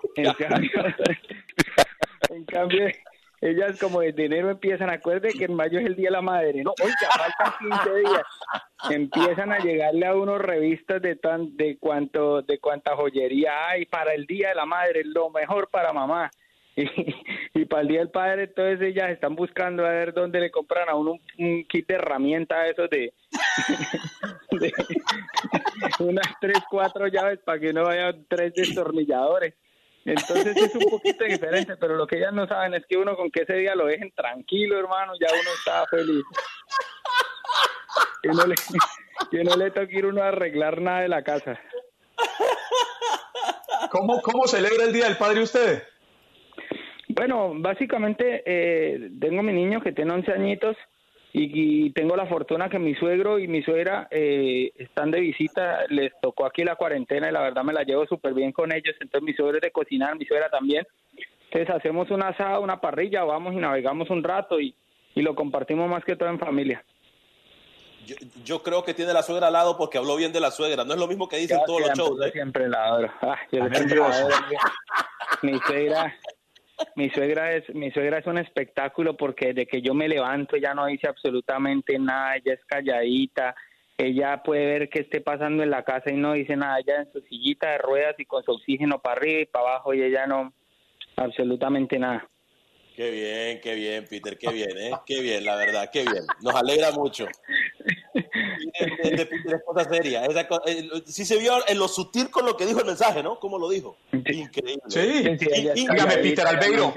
En cambio ellas como desde enero empiezan, acuerde que en mayo es el Día de la Madre, no, oiga, faltan 15 días, empiezan a llegarle a unos revistas de cuánta joyería hay para el Día de la Madre, lo mejor para mamá, y para el Día del Padre. Entonces ellas están buscando a ver dónde le compran a uno un kit de herramientas, esos de unas 3, 4 llaves para que no vayan 3 destornilladores. Entonces es un poquito diferente, pero lo que ellas no saben es que uno con que ese día lo dejen tranquilo, hermano, ya uno está feliz. Que no le toque ir uno a arreglar nada de la casa. ¿Cómo celebra el Día del Padre usted? Bueno, básicamente tengo mi niño que tiene 11 añitos y tengo la fortuna que mi suegro y mi suegra están de visita, les tocó aquí la cuarentena y la verdad me la llevo súper bien con ellos. Entonces mi suegro es de cocinar, mi suegra también. Entonces hacemos un asado, una parrilla, vamos y navegamos un rato y lo compartimos más que todo en familia. Yo creo que tiene la suegra al lado porque habló bien de la suegra, no es lo mismo que dicen todos los shows. Siempre la adoro. Mi suegra es un espectáculo, porque desde que yo me levanto ella no dice absolutamente nada, ella es calladita, ella puede ver qué esté pasando en la casa y no dice nada, ella en su sillita de ruedas y con su oxígeno para arriba y para abajo, y ella no, absolutamente nada. Qué bien, Peter, qué bien, la verdad, qué bien, nos alegra mucho. De Peter es cosa seria, sí se vio en lo sutil con lo que dijo el mensaje, ¿no? ¿Cómo lo dijo? Increíble. Sí. Dígame, Peter Albeiro,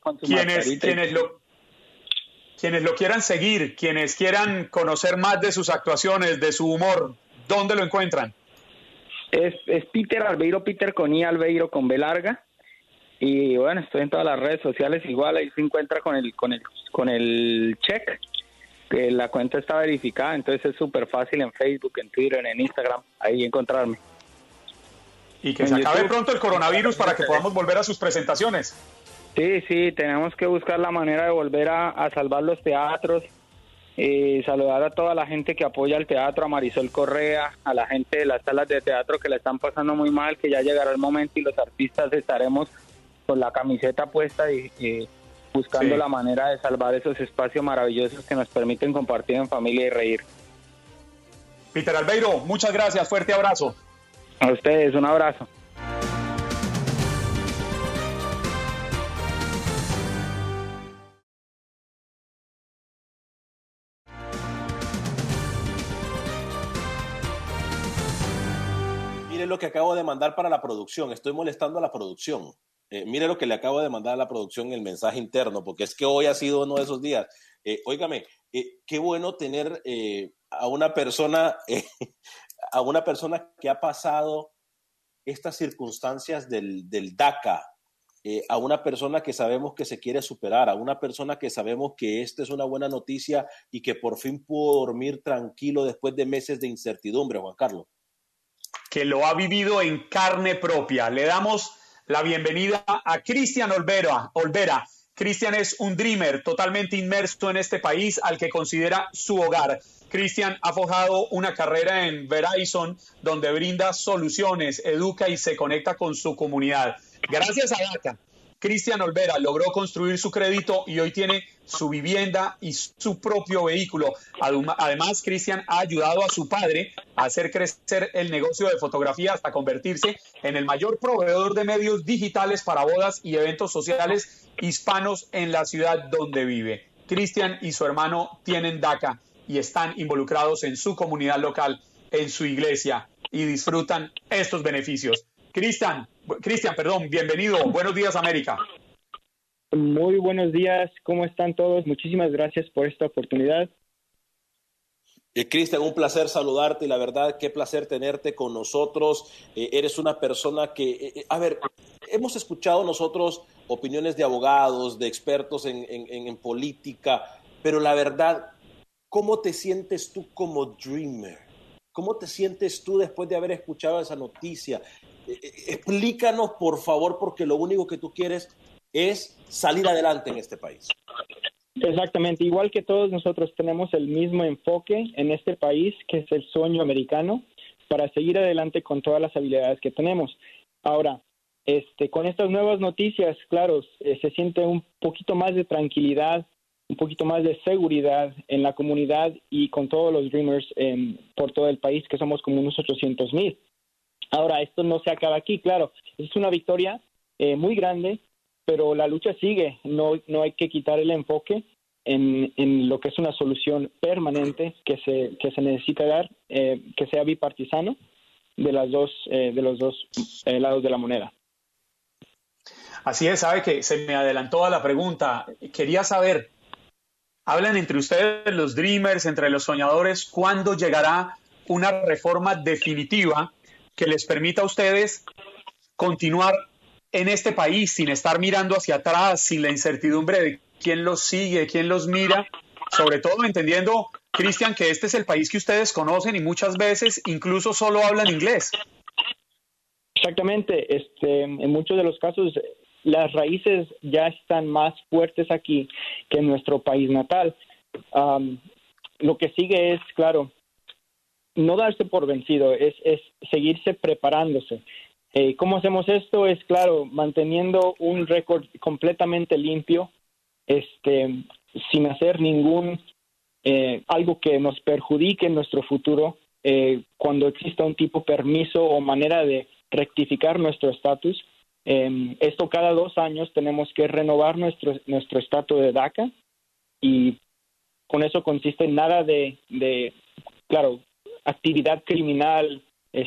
quienes lo quieran seguir, quienes quieran conocer más de sus actuaciones, de su humor, ¿dónde lo encuentran? Es Peter Albeiro, Peter con I, Albeiro con B larga. Y bueno, estoy en todas las redes sociales igual, ahí se encuentra con el check, que la cuenta está verificada, entonces es súper fácil en Facebook, en Twitter, en Instagram, ahí encontrarme. Y que se acabe pronto el coronavirus para que podamos volver a sus presentaciones. Sí, tenemos que buscar la manera de volver a salvar los teatros, saludar a toda la gente que apoya el teatro, a Marisol Correa, a la gente de las salas de teatro que la están pasando muy mal, que ya llegará el momento y los artistas estaremos con la camiseta puesta y buscando la manera de salvar esos espacios maravillosos que nos permiten compartir en familia y reír. Peter Albeiro, muchas gracias, fuerte abrazo. A ustedes, un abrazo. Mire lo que acabo de mandar para la producción. Estoy molestando a la producción. Mire lo que le acabo de mandar a la producción en el mensaje interno, porque es que hoy ha sido uno de esos días. Óigame, qué bueno tener a una persona que ha pasado estas circunstancias del DACA, a una persona que sabemos que se quiere superar, a una persona que sabemos que esta es una buena noticia y que por fin pudo dormir tranquilo después de meses de incertidumbre, Juan Carlos. Que lo ha vivido en carne propia. Le damos la bienvenida a Cristian Olvera. Cristian es un dreamer totalmente inmerso en este país al que considera su hogar. Cristian ha forjado una carrera en Verizon donde brinda soluciones, educa y se conecta con su comunidad. Gracias a DACA, Cristian Olvera logró construir su crédito y hoy tiene su vivienda y su propio vehículo. Además, Cristian ha ayudado a su padre a hacer crecer el negocio de fotografía hasta convertirse en el mayor proveedor de medios digitales para bodas y eventos sociales hispanos en la ciudad donde vive. Cristian y su hermano tienen DACA y están involucrados en su comunidad local, en su iglesia, y disfrutan estos beneficios. Cristian, bienvenido. Buenos días, América. Muy buenos días, ¿cómo están todos? Muchísimas gracias por esta oportunidad. Cristian, un placer saludarte y la verdad, qué placer tenerte con nosotros. Eres una persona que, hemos escuchado nosotros opiniones de abogados, de expertos en política, pero la verdad, ¿cómo te sientes tú como dreamer? ¿Cómo te sientes tú después de haber escuchado esa noticia? Explícanos, por favor, porque lo único que tú quieres es salir adelante en este país. Exactamente, igual que todos nosotros tenemos el mismo enfoque en este país, que es el sueño americano, para seguir adelante con todas las habilidades que tenemos. Ahora, con estas nuevas noticias, claro, se siente un poquito más de tranquilidad, un poquito más de seguridad en la comunidad y con todos los Dreamers por todo el país, que somos como unos 800,000. Ahora, esto no se acaba aquí, claro, es una victoria muy grande, pero la lucha sigue. No hay que quitar el enfoque en lo que es una solución permanente que se necesita dar, que sea bipartisano de los dos lados de la moneda. Así es, sabe que se me adelantó a la pregunta. Quería saber, hablan entre ustedes los Dreamers, entre los soñadores, ¿cuándo llegará una reforma definitiva que les permita a ustedes continuar en este país sin estar mirando hacia atrás, sin la incertidumbre de quién los sigue, quién los mira, sobre todo entendiendo, Cristian, que este es el país que ustedes conocen y muchas veces incluso solo hablan inglés? Exactamente, en muchos de los casos las raíces ya están más fuertes aquí que en nuestro país natal. Lo que sigue es, claro, no darse por vencido, es seguirse preparándose. ¿Cómo hacemos esto? Es, claro, manteniendo un récord completamente limpio, sin hacer algo que nos perjudique en nuestro futuro, cuando exista un tipo de permiso o manera de rectificar nuestro estatus. Esto cada 2 años tenemos que renovar nuestro estatus de DACA, y con eso consiste en nada de claro, actividad criminal,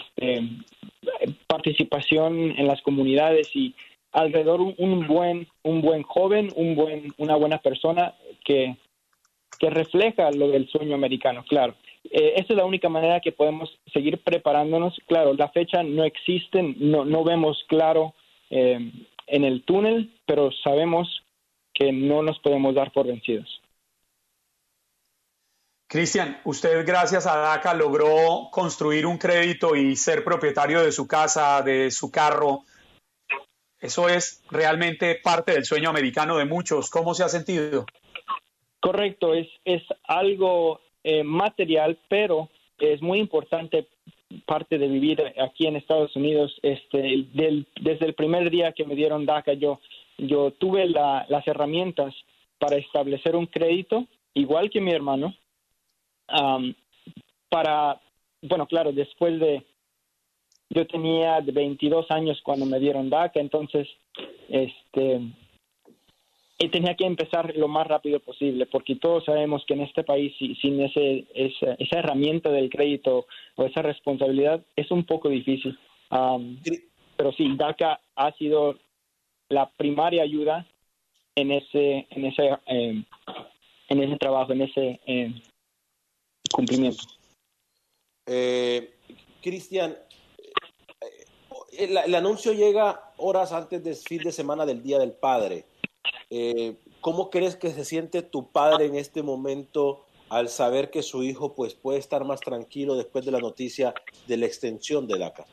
participación en las comunidades y alrededor un buen joven, una buena persona que refleja lo del sueño americano, claro. Esa es la única manera que podemos seguir preparándonos. Claro, la fecha no existe, no vemos claro en el túnel, pero sabemos que no nos podemos dar por vencidos. Cristian, usted gracias a DACA logró construir un crédito y ser propietario de su casa, de su carro. Eso es realmente parte del sueño americano de muchos. ¿Cómo se ha sentido? Correcto, es algo material, pero es muy importante parte de vivir aquí en Estados Unidos. Desde el primer día que me dieron DACA, yo tuve las herramientas para establecer un crédito, igual que mi hermano, después de... Yo tenía 22 años cuando me dieron DACA, entonces y tenía que empezar lo más rápido posible, porque todos sabemos que en este país sin esa herramienta del crédito o esa responsabilidad es un poco difícil. Pero sí, DACA ha sido la primaria ayuda en ese trabajo, en ese cumplimiento. Cristian, el anuncio llega horas antes del fin de semana del Día del Padre. ¿Cómo crees que se siente tu padre en este momento al saber que su hijo pues puede estar más tranquilo después de la noticia de la extensión de DACA?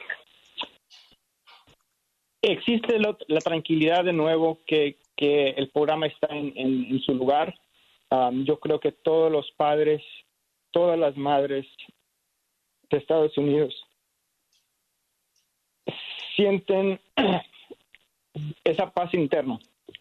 Existe la tranquilidad de nuevo que el programa está en su lugar. Yo creo que todos los padres, todas las madres de Estados Unidos sienten esa paz interna,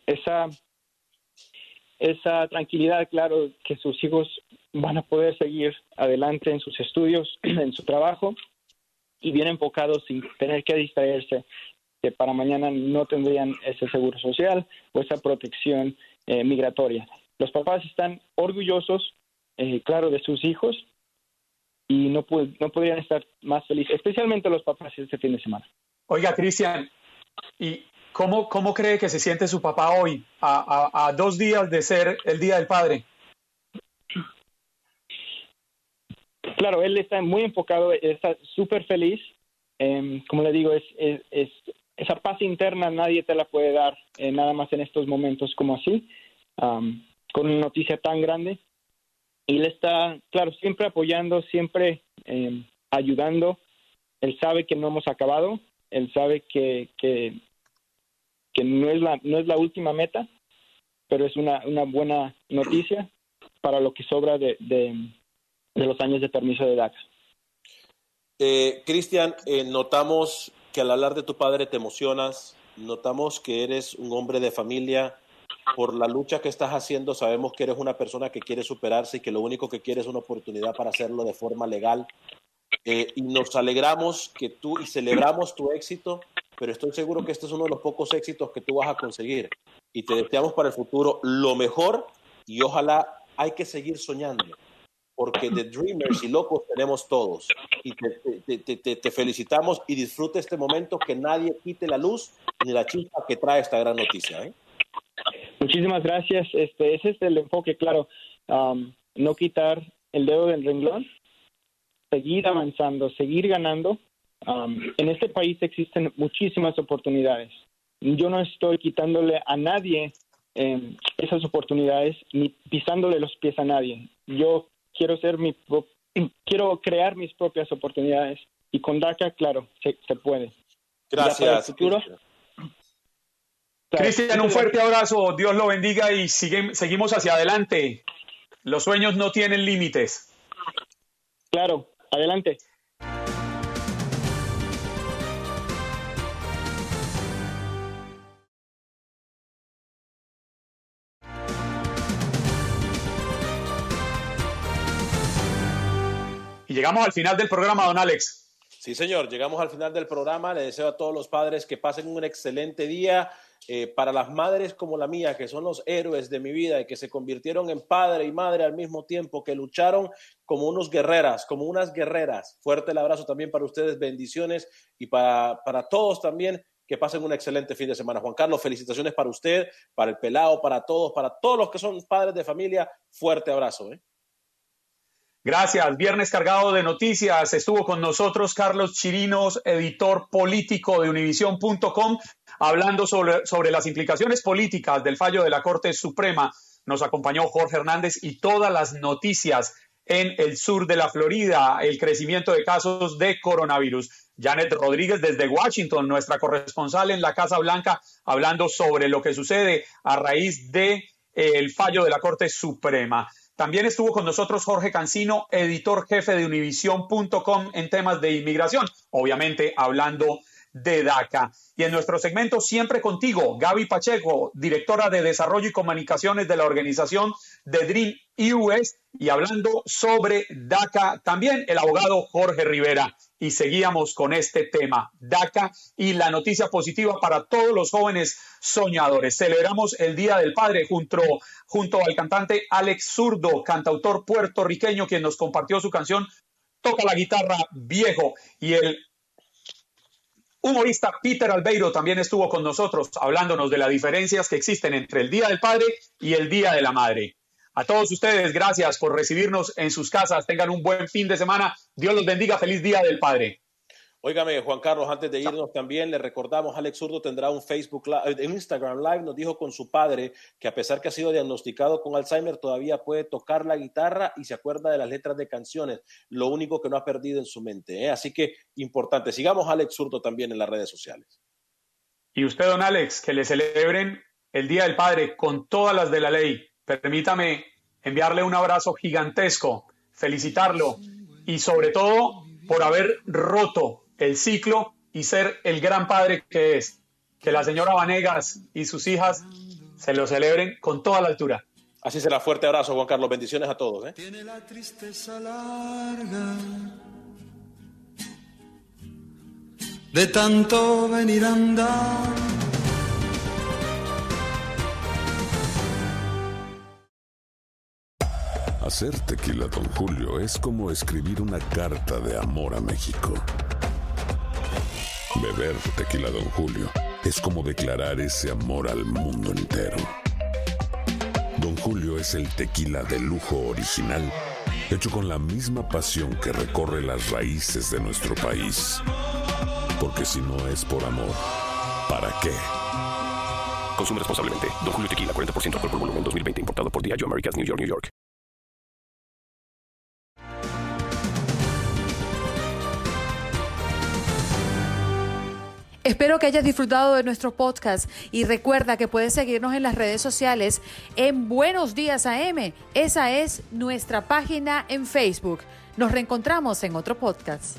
esa tranquilidad, claro, que sus hijos van a poder seguir adelante en sus estudios, en su trabajo, y bien enfocados sin tener que distraerse, que para mañana no tendrían ese seguro social o esa protección migratoria. Los papás están orgullosos, claro, de sus hijos, y no podrían estar más felices, especialmente los papás este fin de semana. Oiga, Cristian, ¿y cómo cree que se siente su papá hoy, a 2 días de ser el Día del Padre? Claro, él está muy enfocado, está súper feliz. Como le digo, esa paz interna nadie te la puede dar nada más en estos momentos como así, con una noticia tan grande. Y él está, claro, siempre apoyando, siempre ayudando. Él sabe que no hemos acabado. Él sabe que no es la última meta, pero es una buena noticia para lo que sobra de los años de permiso de DACA. Cristian, notamos que al hablar de tu padre te emocionas, notamos que eres un hombre de familia. Por la lucha que estás haciendo, sabemos que eres una persona que quiere superarse y que lo único que quiere es una oportunidad para hacerlo de forma legal. Y nos alegramos y celebramos tu éxito, pero estoy seguro que este es uno de los pocos éxitos que tú vas a conseguir. Y te deseamos para el futuro lo mejor y ojalá hay que seguir soñando, porque de dreamers y locos tenemos todos. Y te felicitamos y disfruta este momento, que nadie quite la luz ni la chispa que trae esta gran noticia, ¿eh? Muchísimas gracias. Ese es el enfoque, claro. No quitar el dedo del renglón, seguir avanzando, seguir ganando. En este país existen muchísimas oportunidades. Yo no estoy quitándole a nadie esas oportunidades ni pisándole los pies a nadie. Yo quiero crear mis propias oportunidades y con DACA, claro, se puede. Gracias. Cristian, un fuerte abrazo, Dios lo bendiga y seguimos hacia adelante. Los sueños no tienen límites. Claro, adelante. Y llegamos al final del programa, don Alex. Sí, señor, llegamos al final del programa. Le deseo a todos los padres que pasen un excelente día. Para las madres como la mía, que son los héroes de mi vida y que se convirtieron en padre y madre al mismo tiempo, que lucharon como unas guerreras. Fuerte el abrazo también para ustedes, bendiciones, y para todos también, que pasen un excelente fin de semana. Juan Carlos, felicitaciones para usted, para el pelado, para todos los que son padres de familia. Fuerte abrazo, ¿eh? Gracias. Viernes cargado de noticias. Estuvo con nosotros Carlos Chirinos, editor político de Univision.com, hablando sobre las implicaciones políticas del fallo de la Corte Suprema. Nos acompañó Jorge Hernández y todas las noticias en el sur de la Florida, el crecimiento de casos de coronavirus. Janet Rodríguez desde Washington, nuestra corresponsal en la Casa Blanca, hablando sobre lo que sucede a raíz de el fallo de la Corte Suprema. También estuvo con nosotros Jorge Cancino, editor jefe de Univision.com en temas de inmigración, obviamente hablando de DACA. Y en nuestro segmento Siempre Contigo, Gaby Pacheco, directora de Desarrollo y Comunicaciones de la organización The Dream US, y hablando sobre DACA, también el abogado Jorge Rivera. Y seguíamos con este tema, DACA y la noticia positiva para todos los jóvenes soñadores. Celebramos el Día del Padre junto al cantante Alex Zurdo, cantautor puertorriqueño, quien nos compartió su canción Toca la Guitarra Viejo. Y el humorista Peter Albeiro también estuvo con nosotros hablándonos de las diferencias que existen entre el Día del Padre y el Día de la Madre. A todos ustedes, gracias por recibirnos en sus casas. Tengan un buen fin de semana. Dios los bendiga. Feliz Día del Padre. Óigame, Juan Carlos, antes de irnos también le recordamos, Alex Zurdo tendrá un Facebook Live, en Instagram Live, nos dijo con su padre que a pesar que ha sido diagnosticado con Alzheimer, todavía puede tocar la guitarra y se acuerda de las letras de canciones, lo único que no ha perdido en su mente, ¿eh? Así que importante, sigamos a Alex Zurdo también en las redes sociales. Y usted, don Alex, que le celebren el Día del Padre con todas las de la ley. Permítame enviarle un abrazo gigantesco, felicitarlo y sobre todo por haber roto el ciclo y ser el gran padre que es. Que la señora Vanegas y sus hijas se lo celebren con toda la altura. Así será. Fuerte abrazo, Juan Carlos. Bendiciones a todos, ¿eh? Tiene la tristeza larga de tanto venir a andar. Hacer tequila Don Julio es como escribir una carta de amor a México. Beber tequila Don Julio es como declarar ese amor al mundo entero. Don Julio es el tequila de lujo original, hecho con la misma pasión que recorre las raíces de nuestro país. Porque si no es por amor, ¿para qué? Consume responsablemente. Don Julio Tequila, 40% alcohol por volumen, 2020. Importado por Diageo Americas, New York, New York. Espero que hayas disfrutado de nuestro podcast y recuerda que puedes seguirnos en las redes sociales en Buenos Días AM. Esa es nuestra página en Facebook. Nos reencontramos en otro podcast.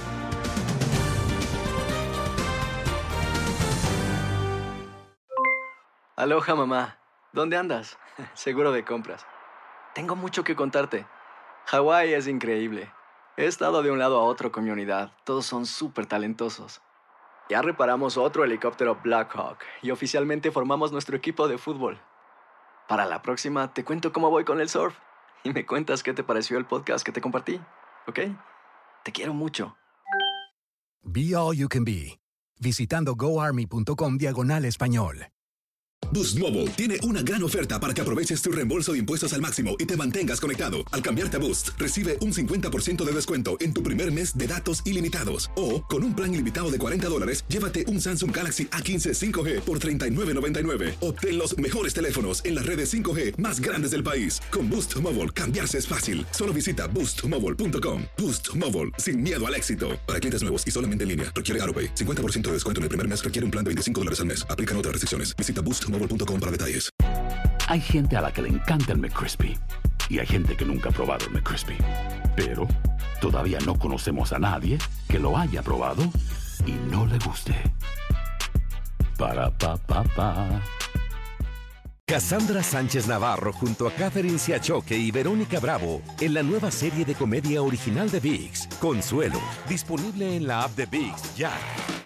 Aloha, mamá. ¿Dónde andas? Seguro de compras. Tengo mucho que contarte. Hawái es increíble. He estado de un lado a otro con mi unidad. Todos son súper talentosos. Ya reparamos otro helicóptero Blackhawk y oficialmente formamos nuestro equipo de fútbol. Para la próxima te cuento cómo voy con el surf y me cuentas qué te pareció el podcast que te compartí, ¿ok? Te quiero mucho. Be All You Can Be. Visitando goarmy.com/español. Boost Mobile tiene una gran oferta para que aproveches tu reembolso de impuestos al máximo y te mantengas conectado. Al cambiarte a Boost, recibe un 50% de descuento en tu primer mes de datos ilimitados. O, con un plan ilimitado de $40, llévate un Samsung Galaxy A15 5G por $39.99. Obtén los mejores teléfonos en las redes 5G más grandes del país. Con Boost Mobile, cambiarse es fácil. Solo visita boostmobile.com. Boost Mobile, sin miedo al éxito. Para clientes nuevos y solamente en línea, requiere AutoPay. 50% de descuento en el primer mes requiere un plan de $25 al mes. Aplican otras restricciones. Visita boostmobile.com para detalles. Hay gente a la que le encanta el McCrispy y hay gente que nunca ha probado el McCrispy. Pero todavía no conocemos a nadie que lo haya probado y no le guste. Para pa pa pa. Cassandra Sánchez Navarro junto a Catherine Siachoque y Verónica Bravo en la nueva serie de comedia original de ViX, Consuelo, disponible en la app de ViX ya.